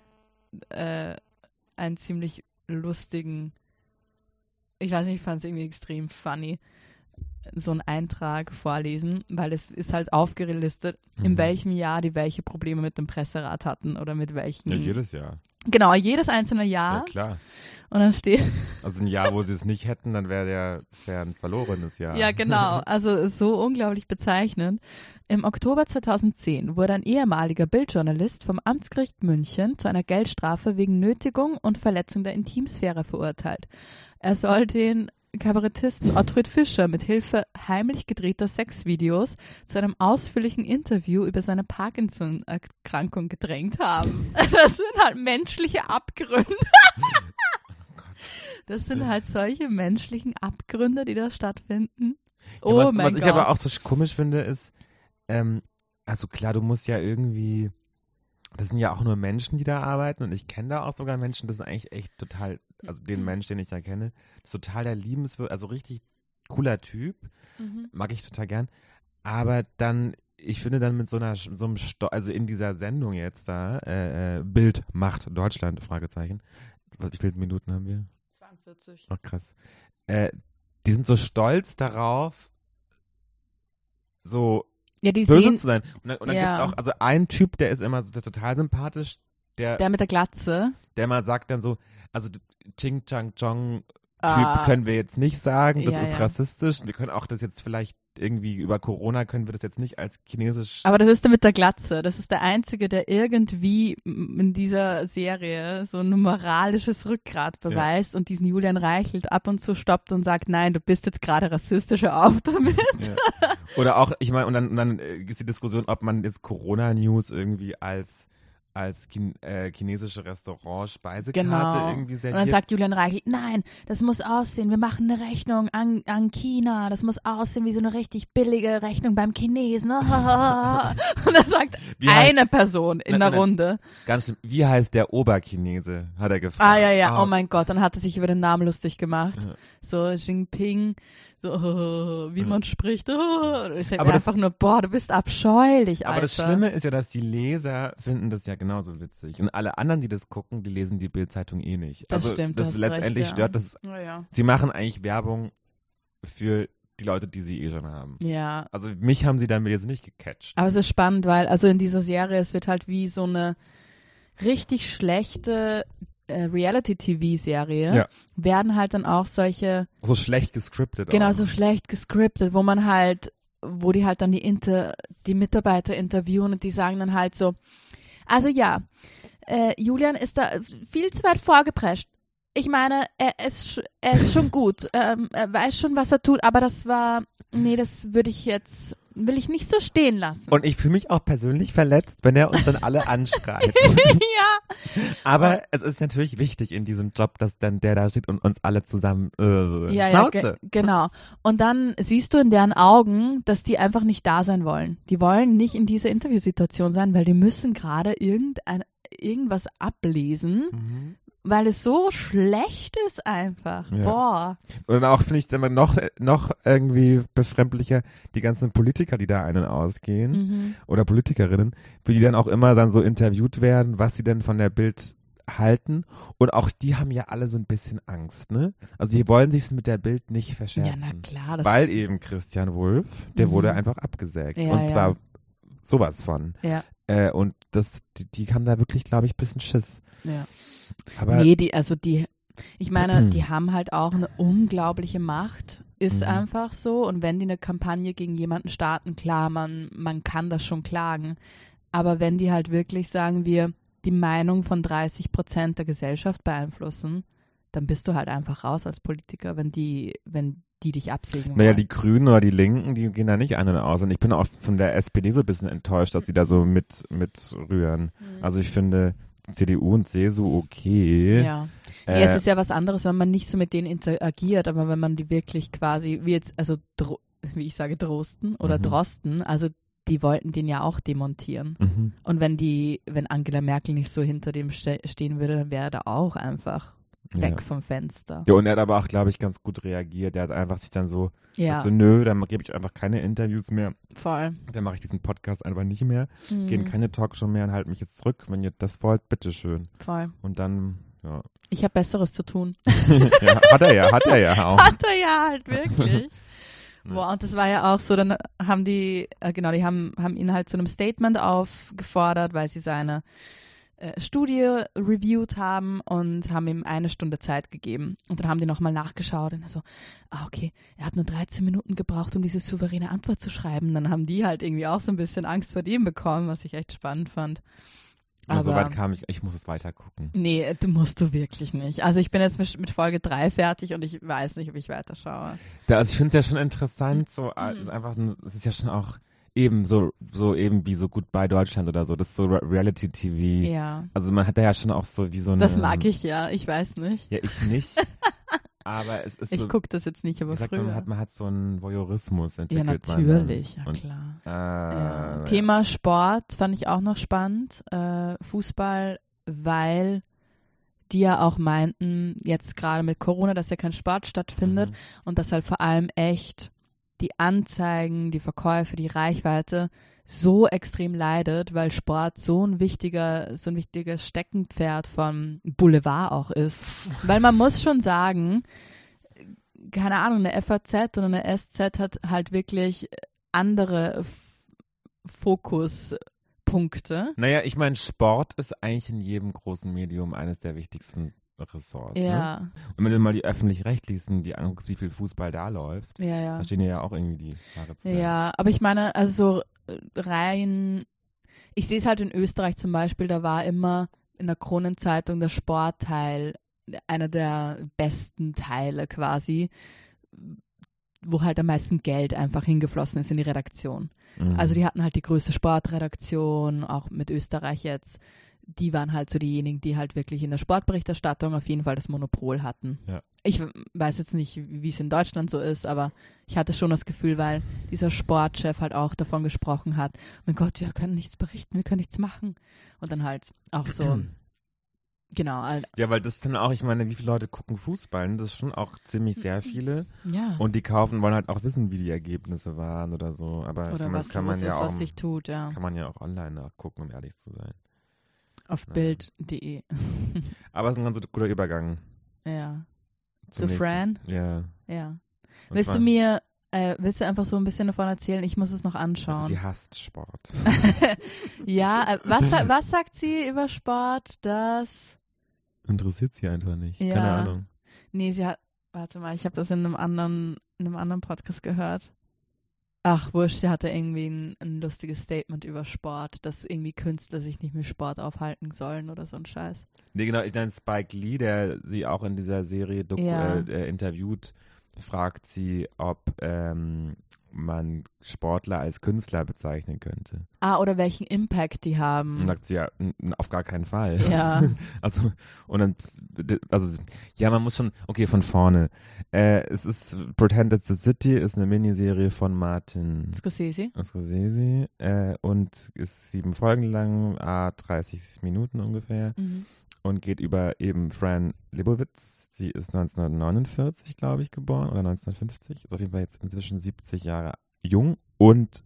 äh, einen ziemlich lustigen, ich weiß nicht, ich fand es irgendwie extrem funny, so einen Eintrag vorlesen, weil es ist halt aufgelistet, mhm. in welchem Jahr die welche Probleme mit dem Presserat hatten oder mit welchen. Ja, jedes Jahr. Genau, jedes einzelne Jahr. Ja, klar. Und dann steht. Also ein Jahr, wo sie es nicht hätten, dann wäre der, es wäre ein verlorenes Jahr. Ja, genau. Also so unglaublich bezeichnend. Im Oktober zweitausendzehn wurde ein ehemaliger Bildjournalist vom Amtsgericht München zu einer Geldstrafe wegen Nötigung und Verletzung der Intimsphäre verurteilt. Er soll den Kabarettisten Ottfried Fischer mit Hilfe heimlich gedrehter Sexvideos zu einem ausführlichen Interview über seine Parkinson-Erkrankung gedrängt haben. Das sind halt menschliche Abgründe. Das sind halt solche menschlichen Abgründe, die da stattfinden. Oh ja, was, mein was Gott. Was ich aber auch so komisch finde, ist, ähm, also klar, du musst ja irgendwie, das sind ja auch nur Menschen, die da arbeiten und ich kenne da auch sogar Menschen, das sind eigentlich echt total, also den Mensch, den ich da kenne, das ist total der liebenswürdige, also richtig cooler Typ, mhm. mag ich total gern, aber dann, ich finde dann mit so einer, so einem, Sto- also in dieser Sendung jetzt da, äh, äh, Bild macht Deutschland, Fragezeichen, wie viele Minuten haben wir? zweiundvierzig. Ach krass. Äh, die sind so stolz darauf, so ja, die böse sehen, zu sein. Und dann, und dann ja. gibt es auch, also ein Typ, der ist immer so der total sympathisch, der, der mit der Glatze, der mal sagt dann so, also Ching Chang Chong Typ ah, können wir jetzt nicht sagen, das ja, ist ja. rassistisch. Wir können auch das jetzt vielleicht irgendwie über Corona können wir das jetzt nicht als chinesisch. Aber das ist der mit der Glatze. Das ist der Einzige, der irgendwie in dieser Serie so ein moralisches Rückgrat beweist ja. und diesen Julian Reichelt ab und zu stoppt und sagt, nein, du bist jetzt gerade rassistisch, hör auf damit. Ja. Oder auch, ich meine, und dann, und dann ist die Diskussion, ob man jetzt Corona-News irgendwie als als Chin- äh, chinesische Restaurant-Speisekarte Genau. irgendwie Und serviert. dann sagt Julian Reichel, nein, das muss aussehen, wir machen eine Rechnung an, an China, das muss aussehen wie so eine richtig billige Rechnung beim Chinesen. Und dann sagt Wie heißt- eine Person in Nein, der nein, nein. Runde, Ganz schlimm. Wie heißt der Oberchinese? Hat er gefragt. ah ja, ja, Ah, oh mein Gott, dann hat er sich über den Namen lustig gemacht. Ja. So Jinping, so wie Ja. man spricht. Oh, ich denke Aber mir das- einfach nur, boah, du bist abscheulich, Alter. Aber das Schlimme ist ja, dass die Leser finden das ja genauso witzig. Und alle anderen, die das gucken, die lesen die Bild-Zeitung eh nicht. Das also stimmt, das du hast letztendlich recht, stört ja. das. Ja, ja. Sie machen eigentlich Werbung für die Leute, die sie eh schon haben. Ja, Also mich haben sie damit jetzt nicht gecatcht. aber es ist spannend, weil also in dieser Serie, es wird halt wie so eine richtig schlechte äh, Reality-T V-Serie, Ja. werden halt dann auch solche, So schlecht gescriptet. genau, auch. so schlecht gescriptet, wo man halt, wo die halt dann die, Inter, die Mitarbeiter interviewen und die sagen dann halt so, also ja, äh, Julian ist da viel zu weit vorgeprescht. Ich meine, er ist, sch- er ist schon gut, ähm, er weiß schon, was er tut, aber das war, nee, das würde ich jetzt, will ich nicht so stehen lassen. Und ich fühle mich auch persönlich verletzt, wenn er uns dann alle anschreit. ja, Aber es ist natürlich wichtig in diesem Job, dass dann der da steht und uns alle zusammen äh, ja, ja, Schnauze. ge genau. Und dann siehst du in deren Augen, dass die einfach nicht da sein wollen. Die wollen nicht in dieser Interviewsituation sein, weil die müssen gerade irgendein, irgendwas ablesen, Mhm. weil es so schlecht ist einfach. Ja. Boah. Und auch finde ich immer noch, noch irgendwie befremdlicher, die ganzen Politiker, die da ein- und ausgehen, Mhm. oder Politikerinnen, wie die dann auch immer dann so interviewt werden, was sie denn von der Bild halten. Und auch die haben ja alle so ein bisschen Angst, ne? Also die wollen sich mit der Bild nicht Ja, verscherzen. na klar. Das, weil eben Christian Wulff, der Mhm. wurde einfach abgesägt. Ja, und zwar ja. sowas von. ja, Äh, und das, die, die haben da wirklich, glaube ich, ein bisschen Schiss. ja. Aber Nee, die, also die, ich meine, die haben halt auch eine unglaubliche Macht, ist Mhm. einfach so. Und wenn die eine Kampagne gegen jemanden starten, klar, man, man kann das schon klagen. Aber wenn die halt wirklich, sagen wir, die Meinung von dreißig Prozent der Gesellschaft beeinflussen, dann bist du halt einfach raus als Politiker, wenn die, wenn die dich absägen naja, wollen. die Grünen oder die Linken, die gehen da nicht ein und aus. Und ich bin auch von der S P D so ein bisschen enttäuscht, dass sie da so mit, mitrühren. Mhm. Also ich finde C D U und C S U okay. Ja. Äh, Ja, es ist ja was anderes, wenn man nicht so mit denen interagiert, aber wenn man die wirklich quasi, wie jetzt, also Dro wie ich sage, Drosten oder Mhm. Drosten, also die wollten den ja auch demontieren. mhm. Und wenn die, wenn Angela Merkel nicht so hinter dem ste stehen würde, dann wäre er da auch einfach weg Ja. vom Fenster. Ja, und er hat aber auch, glaube ich, ganz gut reagiert. Er hat einfach sich dann so, Ja, so nö, dann gebe ich einfach keine Interviews mehr. voll. Dann mache ich diesen Podcast einfach nicht mehr. Mhm. Gehen keine Talkshow mehr und halte mich jetzt zurück. Wenn ihr das wollt, bitteschön. Voll. Und dann, ja. Ich habe Besseres zu tun. ja. Hat er ja, hat er ja auch. Hat er ja halt wirklich. Boah, und das war ja auch so, dann haben die, äh, genau, die haben, haben ihn halt zu einem Statement aufgefordert, weil sie seine äh, Studie reviewed haben und haben ihm eine Stunde Zeit gegeben. Und dann haben die nochmal nachgeschaut und er so, ah, okay, er hat nur dreizehn Minuten gebraucht, um diese souveräne Antwort zu schreiben. Dann haben die halt irgendwie auch so ein bisschen Angst vor ihm bekommen, was ich echt spannend fand. Aber so Aber- weit kam ich, ich muss es weiter gucken. Nee, du musst du wirklich nicht. Also ich bin jetzt mit, mit Folge drei fertig und ich weiß nicht, ob ich weiterschaue. Da, also ich finde es ja schon interessant, so, Mhm. äh, ist einfach, ein- es ist ja schon auch eben so, so eben wie so gut bei Deutschland oder so, das ist so Re- Reality-T V. Ja. Also man hat da ja schon auch so wie so eine. Das mag ich ja, ich weiß nicht. Ja, ich nicht. Aber es ist Ich so, gucke das jetzt nicht, aber wie sagt früher. man, man hat, man hat so einen Voyeurismus Ja, entwickelt. natürlich, ja man dann. klar. Und, äh, Ja. ja. Thema Sport fand ich auch noch spannend. Äh, Fußball, weil die ja auch meinten, jetzt gerade mit Corona, dass ja kein Sport stattfindet Mhm. und dass halt vor allem echt die Anzeigen, die Verkäufe, die Reichweite so extrem leidet, weil Sport so ein wichtiger, so ein wichtiges Steckenpferd vom Boulevard auch ist. Weil man muss schon sagen, keine Ahnung, eine F A Z oder eine S Z hat halt wirklich andere F Fokuspunkte. Naja, ich meine, Sport ist eigentlich in jedem großen Medium eines der wichtigsten Ressorts. Ne? Ja, Und wenn du mal die öffentlich-rechtlichen, die anguckst, wie viel Fußball da läuft, ja, ja. da stehen ja auch irgendwie die Haare zu Berge. Ja, aber ich meine, also so rein, ich sehe es halt in Österreich zum Beispiel, da war immer in der Kronenzeitung der Sportteil einer der besten Teile quasi, wo halt am meisten Geld einfach hingeflossen ist in die Redaktion. Mhm. Also die hatten halt die größte Sportredaktion, auch mit Österreich jetzt die waren halt so diejenigen, die halt wirklich in der Sportberichterstattung auf jeden Fall das Monopol hatten. Ja. Ich weiß jetzt nicht, wie es in Deutschland so ist, aber ich hatte schon das Gefühl, weil dieser Sportchef halt auch davon gesprochen hat, mein Gott, wir können nichts berichten, wir können nichts machen. Und dann halt auch so, genau. Halt, Ja, weil das dann auch, ich meine, wie viele Leute gucken Fußball? Das ist schon auch ziemlich sehr viele. ja. Und die kaufen, wollen halt auch wissen, wie die Ergebnisse waren oder so. Aber ich Oder meine, was das kann los man ja ist, auch, was sich tut, ja. kann man ja auch online nachgucken, um ehrlich zu sein. Auf Ja. bild punkt de. Aber es ist ein ganz guter Übergang. Ja. zum Zu nächsten. Fran? Ja. Ja. Und Willst zwar- du mir, äh, willst du einfach so ein bisschen davon erzählen? Ich muss es noch Sie anschauen. hasst Sport. ja, äh, was, sa- was sagt sie über Sport? Das, Interessiert sie einfach nicht. Ja. Keine Ahnung. nee, sie hat, warte mal, ich habe das in einem anderen, in einem anderen Podcast gehört. Ach, wurscht, sie hatte irgendwie ein, ein lustiges Statement über Sport, dass irgendwie Künstler sich nicht mit Sport aufhalten sollen oder so ein Scheiß. Nee, genau, ich meine Spike Lee, der sie auch in dieser Serie doku- Ja. äh, äh, interviewt, fragt sie, ob ähm, man Sportler als Künstler bezeichnen könnte. Ah, oder welchen Impact die haben. Und sagt sie ja, n- n- auf gar keinen Fall. Ja. Also, und dann, also, ja, man muss schon, okay, von vorne. Äh, es ist Pretend It's the City, ist eine Miniserie von Martin Scorsese. Scorsese äh, und ist sieben Folgen lang, ah, dreißig Minuten ungefähr. Mhm. Und geht über eben Fran Lebowitz. Sie ist neunzehnhundertneunundvierzig, glaube ich, geboren oder neunzehnhundertfünfzig. Ist auf jeden Fall jetzt inzwischen siebzig Jahre jung und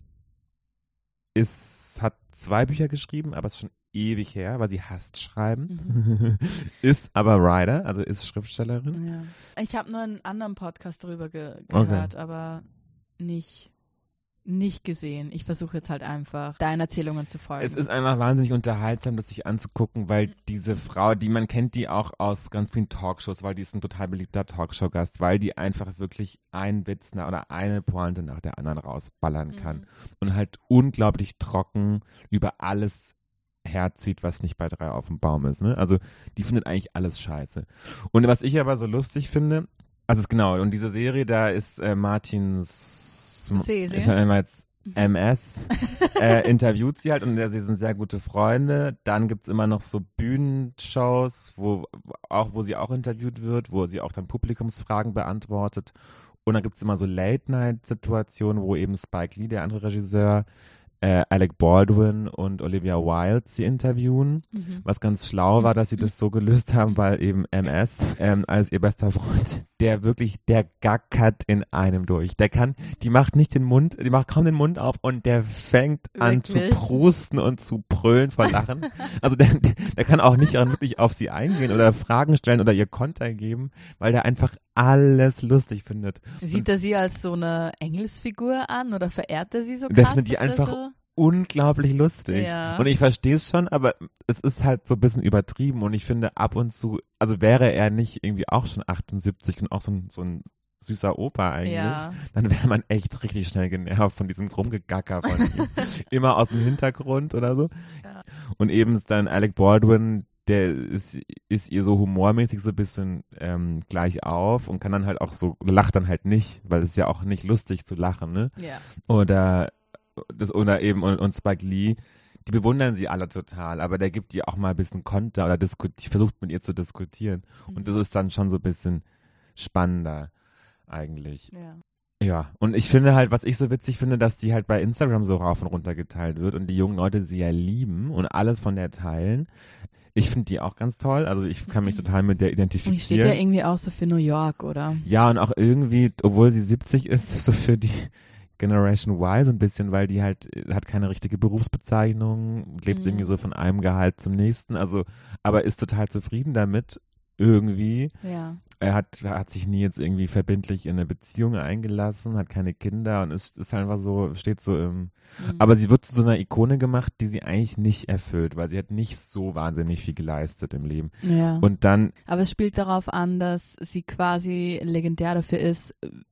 ist, hat zwei Bücher geschrieben, aber ist schon ewig her, weil sie hasst Schreiben. Mhm. Ist aber Writer, also ist Schriftstellerin. Ja. Ich habe nur einen anderen Podcast darüber ge Okay. gehört, aber nicht, nicht gesehen. Ich versuche jetzt halt einfach deinen Erzählungen zu folgen. Es ist einfach wahnsinnig unterhaltsam, das sich anzugucken, weil diese Frau, die man kennt, die auch aus ganz vielen Talkshows, weil die ist ein total beliebter Talkshow-Gast, weil die einfach wirklich einen Witz nach, oder eine Pointe nach der anderen rausballern kann Mhm. und halt unglaublich trocken über alles herzieht, was nicht bei drei auf dem Baum ist. Ne? Also die findet eigentlich alles scheiße. Und was ich aber so lustig finde, also es genau, und diese Serie, da ist äh, Martin Scorsese. ich sag immer jetzt M S, äh, interviewt sie halt und ja, sie sind sehr gute Freunde. Dann gibt's immer noch so Bühnenshows, wo auch wo sie auch interviewt wird, wo sie auch dann Publikumsfragen beantwortet. Und dann gibt's immer so Late-Night-Situationen, wo eben Spike Lee, der andere Regisseur, äh, Alec Baldwin und Olivia Wilde sie interviewen. Mhm. Was ganz schlau war, dass sie das so gelöst haben, weil eben M S ähm, als ihr bester Freund, der wirklich, der gackert in einem durch. Der kann, die macht nicht den Mund, die macht kaum den Mund auf und der fängt an zu Wirklich? prusten und zu brüllen vor Lachen. Also der, der, der kann auch nicht wirklich auf sie eingehen oder Fragen stellen oder ihr Konter geben, weil der einfach alles lustig findet. Sieht er sie als so eine Engelsfigur an oder verehrt er sie so Der krass? findet die dass der einfach so unglaublich lustig. Ja. Und ich verstehe es schon, aber es ist halt so ein bisschen übertrieben und ich finde ab und zu, also wäre er nicht irgendwie auch schon achtundsiebzig und auch so ein, so ein süßer Opa eigentlich, Ja. dann wäre man echt richtig schnell genervt von diesem Rumgegacker von ihm. Immer aus dem Hintergrund oder so. Ja. Und eben ist dann Alec Baldwin, der ist, ist ihr so humormäßig so ein bisschen ähm, gleich auf und kann dann halt auch so, lacht dann halt nicht, weil es ist ja auch nicht lustig zu lachen, ne? Ja. Oder das oder eben und, und Spike Lee, die bewundern sie alle total, aber der gibt ihr auch mal ein bisschen Konter oder diskutiert, versucht mit ihr zu diskutieren. Und das ist dann schon so ein bisschen spannender eigentlich. Ja. Ja, und ich finde halt, was ich so witzig finde, dass die halt bei Instagram so rauf und runter geteilt wird und die jungen Leute sie ja lieben und alles von der teilen. Ich finde die auch ganz toll, also ich kann mich total mit der Und die steht identifizieren. ja irgendwie auch so für New York, oder? Ja, und auch irgendwie, obwohl sie siebzig ist, so für die Generation Y so ein bisschen, weil die halt, hat keine richtige Berufsbezeichnung, lebt Mhm. irgendwie so von einem Gehalt zum nächsten, also, aber ist total zufrieden damit, irgendwie. Ja. Er hat, hat sich nie jetzt irgendwie verbindlich in eine Beziehung eingelassen, hat keine Kinder und ist, ist einfach so, steht so im, Mhm. aber sie wird zu so einer Ikone gemacht, die sie eigentlich nicht erfüllt, weil sie hat nicht so wahnsinnig viel geleistet im Leben. Ja. Und dann, Aber es spielt darauf an, dass sie quasi legendär dafür ist,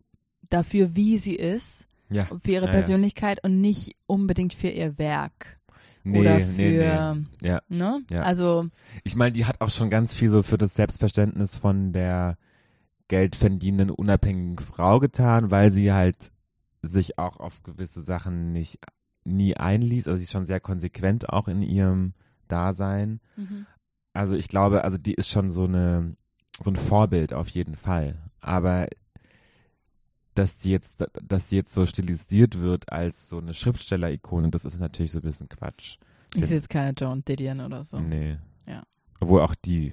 dafür wie sie ist, ja, für ihre Ja, ja. Persönlichkeit und nicht unbedingt für ihr Werk. nee, oder nee, für, nee. Ja. ne? Ja. Also, Ich meine, die hat auch schon ganz viel so für das Selbstverständnis von der geldverdienenden, unabhängigen Frau getan, weil sie halt sich auch auf gewisse Sachen nicht nie einließ. Also sie ist schon sehr konsequent auch in ihrem Dasein. Mhm. Also ich glaube, also die ist schon so eine so ein Vorbild auf jeden Fall. Aber dass die jetzt, dass die jetzt so stilisiert wird als so eine Schriftsteller-Ikone, das ist natürlich so ein bisschen Quatsch. Ist jetzt keine Joan Didion oder so. Nee. Ja. Obwohl auch die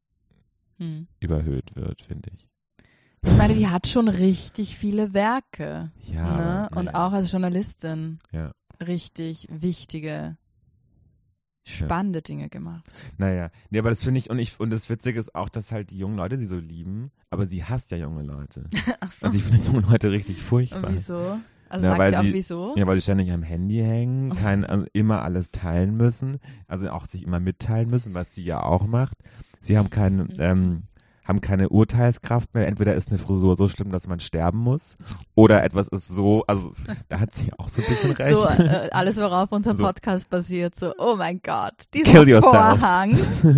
Hm. überhöht wird, finde ich. Ich meine, die hat schon richtig viele Werke. Ja. Ne? aber, Und naja. auch als Journalistin Ja. richtig wichtige, spannende Dinge gemacht. Naja, nee, aber das finde ich, und ich, und das Witzige ist auch, dass halt die jungen Leute sie so lieben, aber sie hasst ja junge Leute. Ach so. Also ich finde junge Leute richtig furchtbar. Und wieso? Also Ja, sagt weil sie auch sie- wieso? Ja, weil sie ständig am Handy hängen, kein, also immer alles teilen müssen, also auch sich immer mitteilen müssen, was sie ja auch macht. Sie haben keinen, Mhm. ähm, haben keine Urteilskraft mehr. Entweder ist eine Frisur so schlimm, dass man sterben muss, oder etwas ist so, also da hat sie auch so ein bisschen recht. So, äh, alles, worauf unser So. Podcast basiert, so, oh mein Gott, Kill dieser yourself. Vorhang,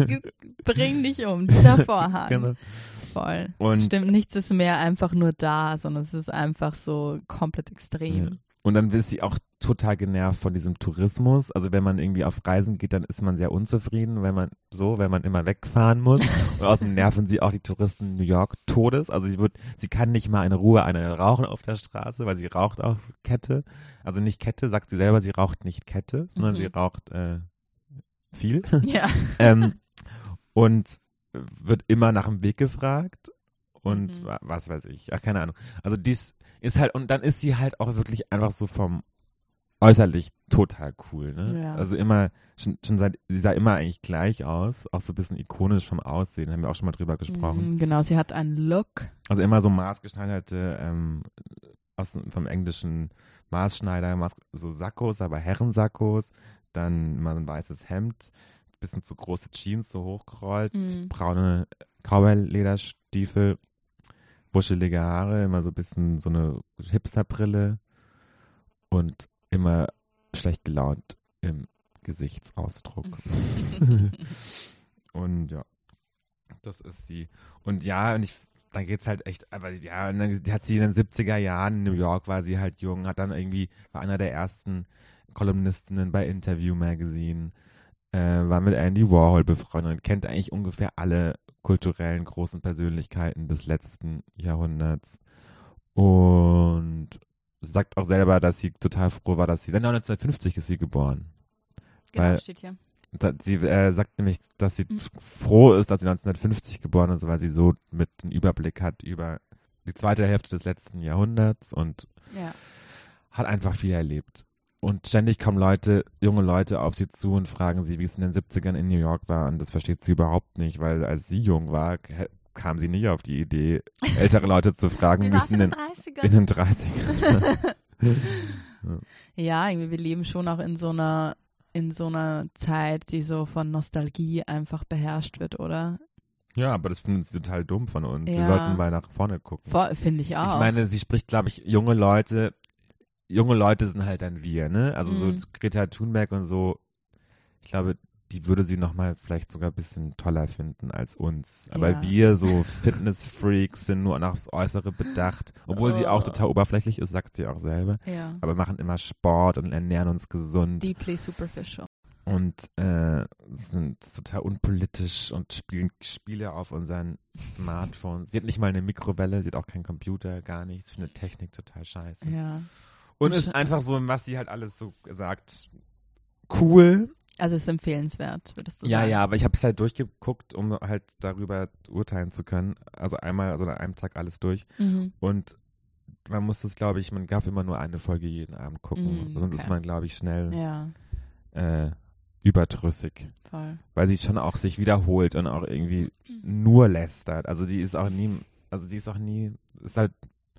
bring dich um, dieser Vorhang. Genau. Voll. Und- Stimmt, nichts ist mehr einfach nur da, sondern es ist einfach so komplett extrem. Ja. Und dann ist sie auch total genervt von diesem Tourismus. Also wenn man irgendwie auf Reisen geht, dann ist man sehr unzufrieden, wenn man so, wenn man immer wegfahren muss. Und außerdem nerven sie auch die Touristen in New York todes. Also sie wird, sie kann nicht mal in Ruhe eine rauchen auf der Straße, weil sie raucht auch Kette. Also nicht Kette, sagt sie selber, sie raucht nicht Kette, sondern Mhm. sie raucht äh, viel. Ja. ähm, und wird immer nach dem Weg gefragt und Mhm. wa- was weiß ich, ach, keine Ahnung. Also dies ist halt, und dann ist sie halt auch wirklich einfach so vom äußerlich total cool, ne? Ja. Also immer, schon, schon seit, sie sah immer eigentlich gleich aus, auch so ein bisschen ikonisch vom Aussehen, haben wir auch schon mal drüber gesprochen. Mhm, genau, sie hat einen Look. Also immer so maßgeschneiderte, ähm, aus, vom englischen Maßschneider, Maß, so Sakkos, aber Herrensakkos, dann immer ein weißes Hemd, bisschen zu große Jeans, so hochgerollt, Mhm. braune Cowboy-Lederstiefel, wuschelige Haare, immer so ein bisschen so eine Hipsterbrille und immer schlecht gelaunt im Gesichtsausdruck. Und ja, das ist sie. Und ja, und ich, dann geht's halt echt, aber ja, und dann hat sie in den siebziger Jahren in New York, war sie halt jung, hat dann irgendwie, war einer der ersten Kolumnistinnen bei Interview Magazine, äh, war mit Andy Warhol befreundet und kennt eigentlich ungefähr alle kulturellen großen Persönlichkeiten des letzten Jahrhunderts. Und sagt auch selber, dass sie total froh war, dass sie, dann neunzehnhundertfünfzig ist sie geboren. Genau, Weil- steht hier. Da, sie äh, sagt nämlich, dass sie Mhm. froh ist, dass sie neunzehnhundertfünfzig geboren ist, weil sie so mit einen Überblick hat über die zweite Hälfte des letzten Jahrhunderts und Ja. hat einfach viel erlebt. Und ständig kommen Leute, junge Leute auf sie zu und fragen sie, wie es in den siebzigern in New York war. Und das versteht sie überhaupt nicht, weil als sie jung war, k- kam sie nicht auf die Idee, ältere Leute zu fragen, wie es in den, in den dreißigern war. Ja, irgendwie, wir leben schon auch in so einer, in so einer Zeit, die so von Nostalgie einfach beherrscht wird, oder? Ja, aber das finden sie total dumm von uns. Wir Ja. sollten mal nach vorne gucken. Voll, finde ich auch. Ich meine, sie spricht, glaube ich, junge Leute, junge Leute sind halt dann wir, ne? Also Mhm. so Greta Thunberg und so, ich glaube, die würde sie nochmal vielleicht sogar ein bisschen toller finden als uns. Aber Ja. wir so Fitness-Freaks sind nur aufs Äußere bedacht. Obwohl sie auch Oh. total oberflächlich ist, sagt sie auch selber. ja. Aber machen immer Sport und ernähren uns gesund. Deeply superficial. Und äh, sind total unpolitisch und spielen Spiele auf unseren Smartphones. Sie hat nicht mal eine Mikrowelle, sie hat auch keinen Computer, gar nichts. Ich finde Technik total scheiße. Ja. Und Und ist sch- einfach so, was sie halt alles so sagt, cool. Also ist empfehlenswert, würdest du Ja, sagen? ja, aber ich habe es halt durchgeguckt, um halt darüber urteilen zu können. Also einmal, also an einem Tag alles durch. Mhm. Und man muss das, glaube ich, man darf immer nur eine Folge jeden Abend gucken. Mm, Sonst okay. ist man, glaube ich, schnell Ja, äh, überdrüssig. voll. Weil sie schon auch sich wiederholt und auch irgendwie nur lästert. Also die ist auch nie, also die ist auch nie, ist halt,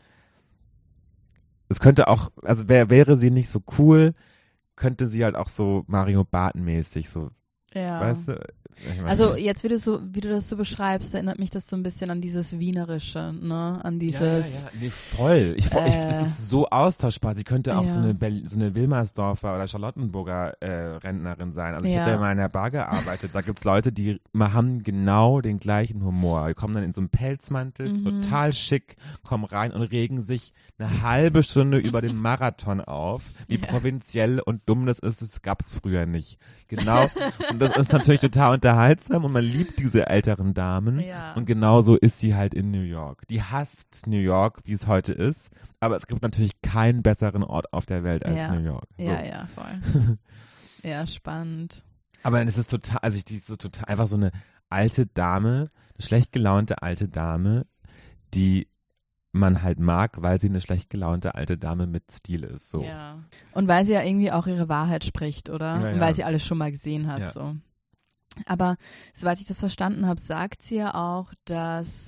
es könnte auch, also wär, wäre sie nicht so cool, könnte sie halt auch so Mario Barth-mäßig, so, Ja. weißt du? Ich mein- Also jetzt, wie du, so, wie du das so beschreibst, erinnert mich das so ein bisschen an dieses Wienerische, ne? An dieses, ja, ja, ja. Nee, voll. Ich, voll- ich, Äh, es ist so austauschbar. Sie könnte auch so ja. eine, Berl- so eine Wilmersdorfer oder Charlottenburger äh, Rentnerin sein. Also ich Ja. habe ja mal in der Bar gearbeitet. Da gibt's Leute, die ma- haben genau den gleichen Humor. Die kommen dann in so einem Pelzmantel, Mhm. total schick, kommen rein und regen sich eine halbe Stunde über den Marathon auf. Wie Ja. provinziell und dumm das ist, das gab's früher nicht. Genau. Und das ist natürlich total unterhaltsam und man liebt diese älteren Damen. Ja. Und genauso ist sie halt in New York. Die hasst New York, wie es heute ist, aber es gibt natürlich keinen besseren Ort auf der Welt als Ja. New York. So. Ja, ja, voll. Ja, spannend. Aber es ist total, also ich, die ist so total, einfach so eine alte Dame, eine schlecht gelaunte alte Dame, die man halt mag, weil sie eine schlecht gelaunte alte Dame mit Stil ist. So. Ja. Und weil sie ja irgendwie auch ihre Wahrheit spricht, oder? Ja, Und ja. weil sie alles schon mal gesehen hat. Ja. So. Aber soweit ich das verstanden habe, sagt sie ja auch, dass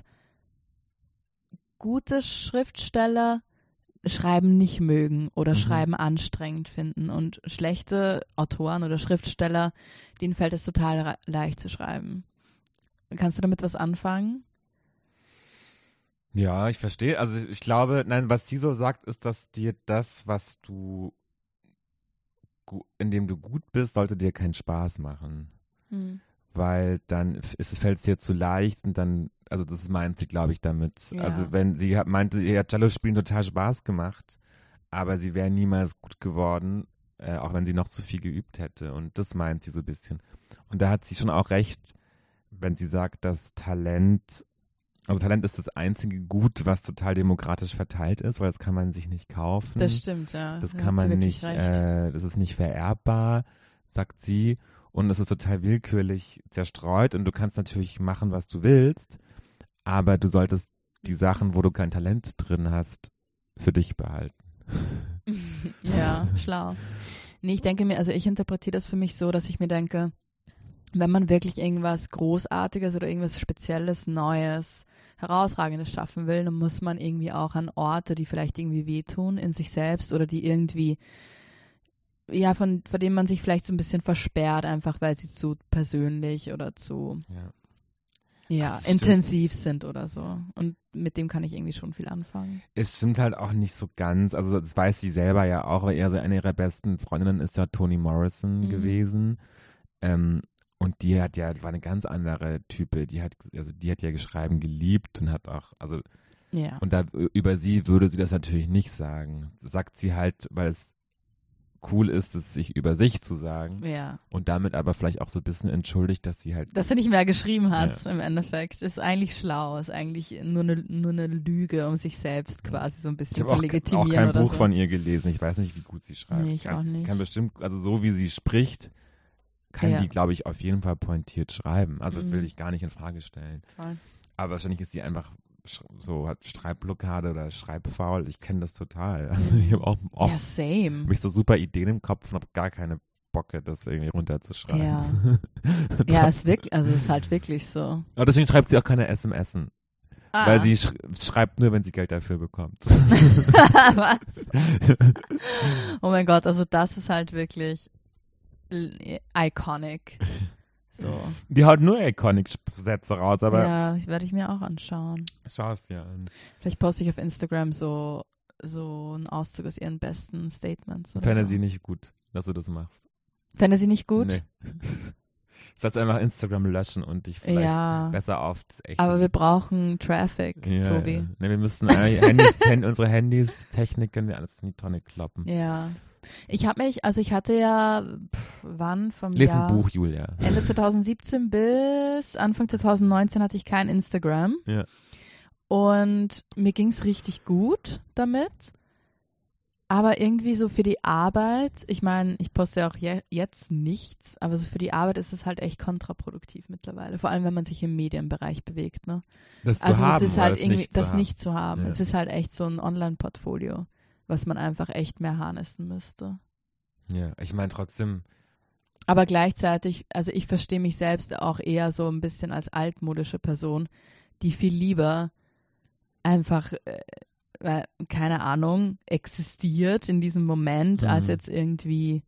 gute Schriftsteller Schreiben nicht mögen oder Mhm. Schreiben anstrengend finden. Und schlechte Autoren oder Schriftsteller, denen fällt es total re- leicht zu schreiben. Kannst du damit was anfangen? Ja, ich verstehe. Also ich glaube, nein, was sie so sagt, ist, dass dir das, was du, gu- in dem du gut bist, sollte dir keinen Spaß machen. Hm. Weil dann f- ist es fällt es dir zu leicht und dann, also das meint sie, glaube ich, damit. Ja. Also wenn sie hat, meinte, ihr hat Cello-Spielen total Spaß gemacht, aber sie wäre niemals gut geworden, äh, auch wenn sie noch zu viel geübt hätte. Und das meint sie so ein bisschen. Und da hat sie schon auch recht, wenn sie sagt, dass Talent, also Talent ist das einzige Gut, was total demokratisch verteilt ist, weil das kann man sich nicht kaufen. Das stimmt, ja. Das Da kann hat sie man wirklich nicht, recht. äh, das ist nicht vererbbar, sagt sie. Und es ist total willkürlich zerstreut und du kannst natürlich machen, was du willst, aber du solltest die Sachen, wo du kein Talent drin hast, für dich behalten. Ja, schlau. Nee, ich denke mir, also ich interpretiere das für mich so, dass ich mir denke, wenn man wirklich irgendwas Großartiges oder irgendwas Spezielles, Neues, Herausragendes schaffen will, dann muss man irgendwie auch an Orte, die vielleicht irgendwie wehtun in sich selbst oder die irgendwie, ja, von, von denen man sich vielleicht so ein bisschen versperrt, einfach weil sie zu persönlich oder zu, Ja. ja, Das stimmt. intensiv sind oder so. Und mit dem kann ich irgendwie schon viel anfangen. Es stimmt halt auch nicht so ganz, also das weiß sie selber ja auch, aber eher so eine ihrer besten Freundinnen ist ja Toni Morrison Mhm. gewesen. Ähm, und die hat ja, war eine ganz andere Type, die hat, also die hat ja geschrieben geliebt und hat auch, also Ja. und da über sie würde sie das natürlich nicht sagen. Das sagt sie halt, weil es cool ist, es sich über sich zu sagen Ja. und damit aber vielleicht auch so ein bisschen entschuldigt, dass sie halt Dass er nicht mehr geschrieben hat, Ja. im Endeffekt. Ist eigentlich schlau. Ist eigentlich nur eine, nur eine Lüge, um sich selbst quasi so ein ich bisschen habe zu auch, legitimieren auch kein oder Buch so. von ihr gelesen. Ich weiß nicht, wie gut sie schreibt. Nee, ich kann, auch nicht. Kann bestimmt, also so wie sie spricht, kann Ja. die, glaube ich, auf jeden Fall pointiert schreiben. Also Mhm. will ich gar nicht in Frage stellen. Voll. Aber wahrscheinlich ist sie einfach sch- so, hat Schreibblockade oder Schreibfaul. Ich kenne das total. Also ich habe auch oft Ja, same. habe ich so super Ideen im Kopf und habe gar keine Bocke, das irgendwie runterzuschreiben. Ja. Ja, ist wirklich, also ist halt wirklich so. Aber deswegen schreibt sie auch keine S M S, Ah. weil sie sch schreibt nur, wenn sie Geld dafür bekommt. Was? Oh mein Gott, also das ist halt wirklich l- iconic. So. Die haut nur Iconic-Sätze raus, aber Ja, ich werde ich mir auch anschauen. schau es dir an. Vielleicht poste ich auf Instagram so, so einen Auszug aus ihren besten Statements. Oder Fände so. sie nicht gut, dass du das machst. Fände sie nicht gut? Nee. Statt einfach Instagram löschen und dich vielleicht Ja. besser auf das echte. Aber wir brauchen Traffic, ja, Tobi. ja. Nee, wir müssen eigentlich Handys, Hand, unsere Handys, Technik können wir alles in die Tonne kloppen. Ja. Ich habe mich, also ich hatte ja, pff, wann vom Lies Jahr? ein Buch, Julia. Ende zwanzig siebzehn bis Anfang zwanzig neunzehn hatte ich kein Instagram. Ja. Und mir ging es richtig gut damit. Aber irgendwie so für die Arbeit, ich meine, ich poste ja auch je, jetzt nichts, aber so für die Arbeit ist es halt echt kontraproduktiv mittlerweile. Vor allem, wenn man sich im Medienbereich bewegt, ne? Das Also zu haben, es ist oder halt das irgendwie, nicht zu das haben. nicht zu haben. Ja. Es ist halt echt so ein Online-Portfolio, was man einfach echt mehr harnessen müsste. Ja, ich meine trotzdem, Aber gleichzeitig, also ich verstehe mich selbst auch eher so ein bisschen als altmodische Person, die viel lieber einfach, äh, weil, keine Ahnung, existiert in diesem Moment, Mhm. als jetzt irgendwie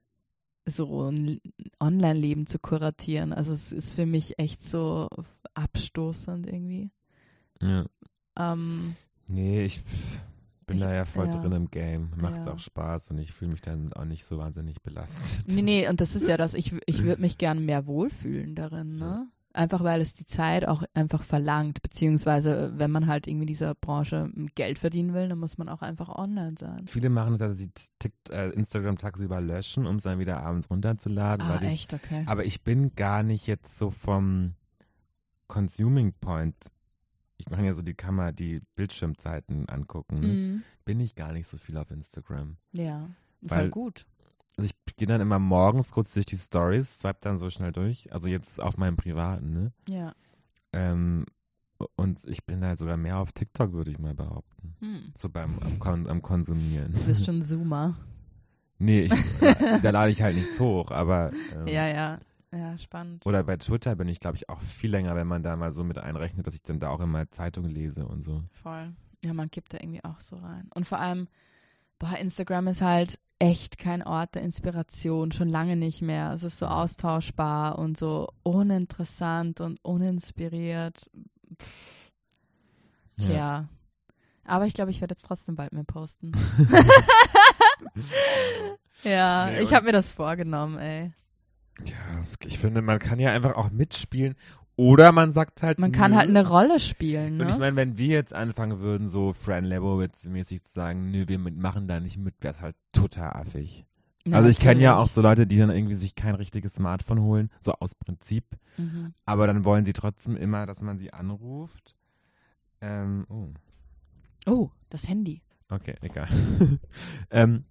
so ein Online-Leben zu kuratieren. Also es ist für mich echt so abstoßend irgendwie. ja. Ähm, Nee, ich bin Ich- da ja voll ja. drin im Game. Macht es Ja. auch Spaß und ich fühle mich dann auch nicht so wahnsinnig belastet. nee, nee, und das ist ja das, ich, w- ich würde mich gern mehr wohlfühlen darin, ne? Einfach weil es die Zeit auch einfach verlangt, beziehungsweise wenn man halt irgendwie in dieser Branche Geld verdienen will, dann muss man auch einfach online sein. Viele machen das, dass sie Tikt, äh, Instagram tagsüber löschen, um es dann wieder abends runterzuladen. Ah, weil echt? Okay. Aber ich bin gar nicht jetzt so vom Consuming Point, ich mache ja so die Kamera, die Bildschirmzeiten angucken, ne? Mhm. Bin ich gar nicht so viel auf Instagram. Ja, Weil- voll gut. Also ich gehe dann immer morgens kurz durch die Stories, swipe dann so schnell durch, also jetzt auf meinem privaten, ne? Ja. Ähm, und ich bin halt sogar mehr auf TikTok, würde ich mal behaupten. Hm. So beim am, Kon am Konsumieren. Du bist schon Zoomer. Nee, ich, äh, da lade ich halt nichts hoch, aber ähm, Ja, ja. Ja, spannend. oder bei Twitter bin ich, glaube ich, auch viel länger, wenn man da mal so mit einrechnet, dass ich dann da auch immer Zeitungen lese und so. Voll. Ja, man kippt da irgendwie auch so rein. Und vor allem, boah, Instagram ist halt echt kein Ort der Inspiration, schon lange nicht mehr. Es ist so austauschbar und so uninteressant und uninspiriert. Pff. Tja. Ja. Aber ich glaube, ich werde jetzt trotzdem bald mehr posten. ja, Nee, ich und- habe mir das vorgenommen, ey. Ja, das, ich finde, man kann ja einfach auch mitspielen oder man sagt halt Man kann nö. halt eine Rolle spielen, ne? Und ich meine, wenn wir jetzt anfangen würden, so Fran Lebowitz-mäßig zu sagen, nö, wir mit- machen da nicht mit, wäre es halt total affig. Ja, Also ich kenne ja auch natürlich. so Leute, die dann irgendwie sich kein richtiges Smartphone holen, so aus Prinzip, Mhm. aber dann wollen sie trotzdem immer, dass man sie anruft. Ähm, oh, Oh, das Handy. okay, egal. ähm,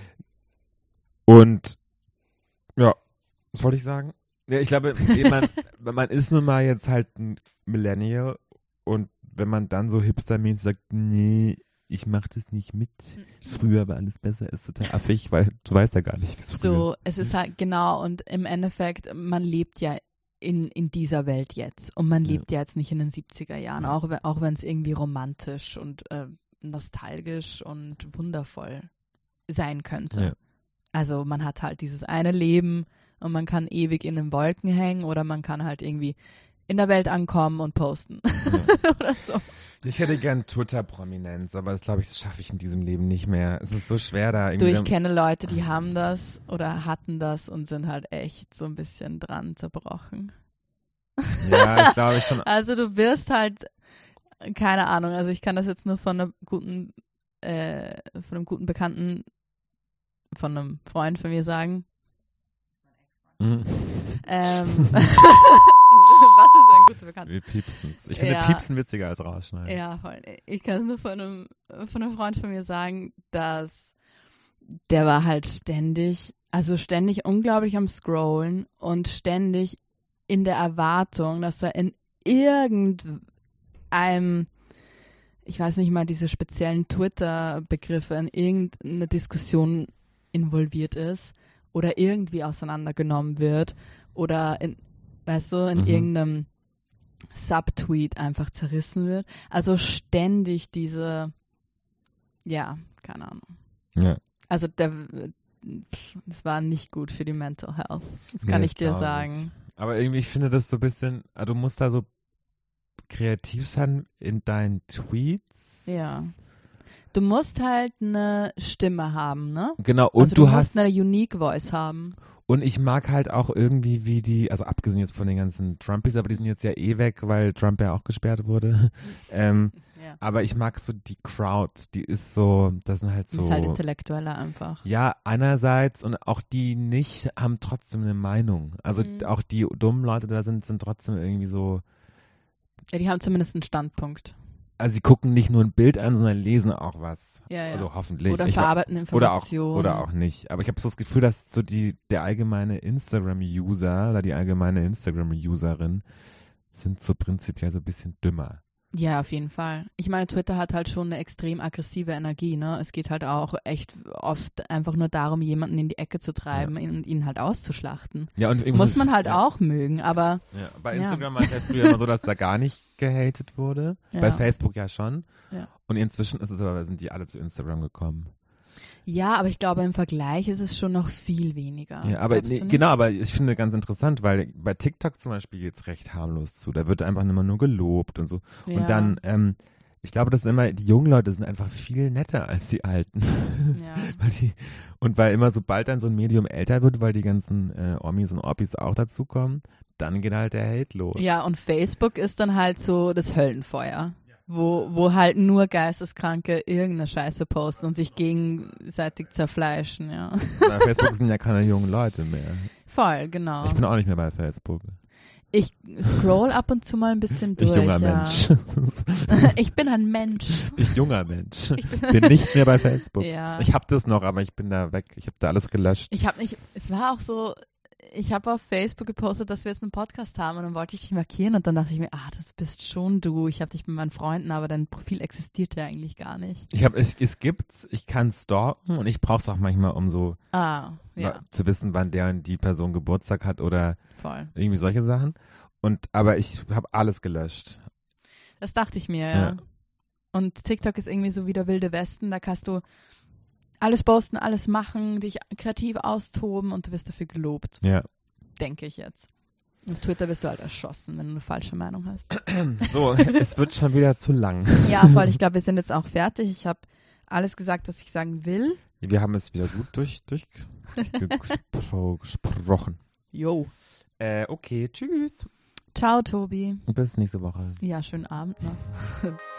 und ja, was wollte ich sagen? Ja, ich glaube, eh, man, man ist nun mal jetzt halt ein Millennial und wenn man dann so hipstermäßig sagt, nee, ich mach das nicht mit. Früher war alles besser, ist total affig, weil du weißt ja gar nicht, wie es früher So, es ist halt, genau, und im Endeffekt, man lebt ja in, in dieser Welt jetzt und man Ja. lebt ja jetzt nicht in den siebziger Jahren, Ja. auch, we- auch wenn es irgendwie romantisch und äh, nostalgisch und wundervoll sein könnte. Ja. Also man hat halt dieses eine Leben und man kann ewig in den Wolken hängen oder man kann halt irgendwie in der Welt ankommen und posten oder so. Ich hätte gern Twitter-Prominenz, aber das glaube ich, das schaffe ich in diesem Leben nicht mehr. Es ist so schwer da Du, irgendwie. ich kenne Leute, die haben das oder hatten das und sind halt echt so ein bisschen dran zerbrochen. Ja, ich glaube schon. Also du wirst halt, keine Ahnung, also ich kann das jetzt nur von einer guten, äh, von einem guten Bekannten, von einem Freund von mir sagen. Mhm. Ähm, was ist ein guter Bekannter? Wir piepsen's. Ich finde Ja. Piepsen witziger als rausschneiden. Ja, voll. Ich kann es nur von einem, von einem Freund von mir sagen, dass der war halt ständig, also ständig unglaublich am Scrollen und ständig in der Erwartung, dass er in irgendeinem, ich weiß nicht mal, diese speziellen Twitter-Begriffe, in irgendeine Diskussion involviert ist oder irgendwie auseinandergenommen wird oder in, weißt du, in Mhm. irgendeinem Subtweet einfach zerrissen wird. Also ständig diese, ja, keine Ahnung. Ja. Also der, das war nicht gut für die Mental Health. Das kann Nee, ich das dir glaub ich. sagen. Aber irgendwie, ich finde das so ein bisschen, ah, du musst da so kreativ sein in deinen Tweets. Ja. Du musst halt eine Stimme haben, ne? Genau, und also du, du musst hast, eine Unique Voice haben. und ich mag halt auch irgendwie, wie die, also abgesehen jetzt von den ganzen Trumpies, aber die sind jetzt ja eh weg, weil Trump ja auch gesperrt wurde. ähm, Ja. aber ich mag so die Crowd, die ist so, das sind halt Die so. ist halt intellektueller einfach. Ja, einerseits und auch die nicht haben trotzdem eine Meinung. Also Mhm. auch die dummen Leute da sind, sind trotzdem irgendwie so, Ja, die haben zumindest einen Standpunkt. also sie gucken nicht nur ein Bild an, sondern lesen auch was. Ja, ja. Also hoffentlich. Oder Ich wa- verarbeiten oder auch, Informationen. oder auch nicht. Aber ich habe so das Gefühl, dass so die, der allgemeine Instagram-User oder die allgemeine Instagram-Userin sind so prinzipiell so ein bisschen dümmer. Ja, auf jeden Fall. Ich meine, Twitter hat halt schon eine extrem aggressive Energie, ne? Es geht halt auch echt oft einfach nur darum, jemanden in die Ecke zu treiben und ihn halt auszuschlachten. Ja, und irgendwie Muss so- man halt ja, auch mögen, aber Ja. Bei Ja. Instagram war es ja früher immer so, dass da gar nicht gehatet wurde. Ja. Bei Facebook ja schon. Ja. Und inzwischen ist es aber, sind die alle zu Instagram gekommen. ja, aber ich glaube, im Vergleich ist es schon noch viel weniger. Ja, aber Glaubst nee, du nicht? genau, aber ich finde ganz interessant, weil bei TikTok zum Beispiel geht es recht harmlos zu. Da wird einfach immer nur gelobt und so. Ja. Und dann, ähm, ich glaube, das sind immer, die jungen Leute sind einfach viel netter als die Alten. Ja. weil die, und weil immer sobald dann so ein Medium älter wird, weil die ganzen äh, Omis und Oppis auch dazukommen, dann geht halt der Hate los. Ja, und Facebook ist dann halt so das Höllenfeuer, wo, wo halt nur Geisteskranke irgendeine Scheiße posten und sich gegenseitig zerfleischen, ja. Bei Facebook sind ja keine jungen Leute mehr. Voll, genau. Ich bin auch nicht mehr bei Facebook. Ich scroll ab und zu mal ein bisschen durch. Ich junger ja. Mensch. Ich bin ein Mensch. Ich junger Mensch. Ich bin nicht mehr bei Facebook. Ja. Ich hab das noch, aber ich bin da weg. Ich habe da alles gelöscht. Ich habe nicht, es war auch so, ich habe auf Facebook gepostet, dass wir jetzt einen Podcast haben und dann wollte ich dich markieren und dann dachte ich mir, ah, das bist schon du. Ich habe dich mit meinen Freunden, aber dein Profil existiert ja eigentlich gar nicht. Ich habe es, es gibt's, ich kann stalken und ich brauche es auch manchmal, um so Ah, ja, wa- zu wissen, wann der und die Person Geburtstag hat oder voll. irgendwie solche Sachen. Und aber ich habe alles gelöscht. Das dachte ich mir, ja. Ja. Und TikTok ist irgendwie so wie der wilde Westen, da kannst du alles posten, alles machen, dich kreativ austoben und du wirst dafür gelobt, Ja. denke ich jetzt. Auf Twitter wirst du halt erschossen, wenn du eine falsche Meinung hast. So, es wird schon wieder zu lang. Ja, voll, ich glaube, wir sind jetzt auch fertig. Ich habe alles gesagt, was ich sagen will. Wir haben es wieder gut durch, durch, durch gesprochen. Jo. Äh, okay, tschüss. Ciao, Tobi. Bis nächste Woche. Ja, schönen Abend noch.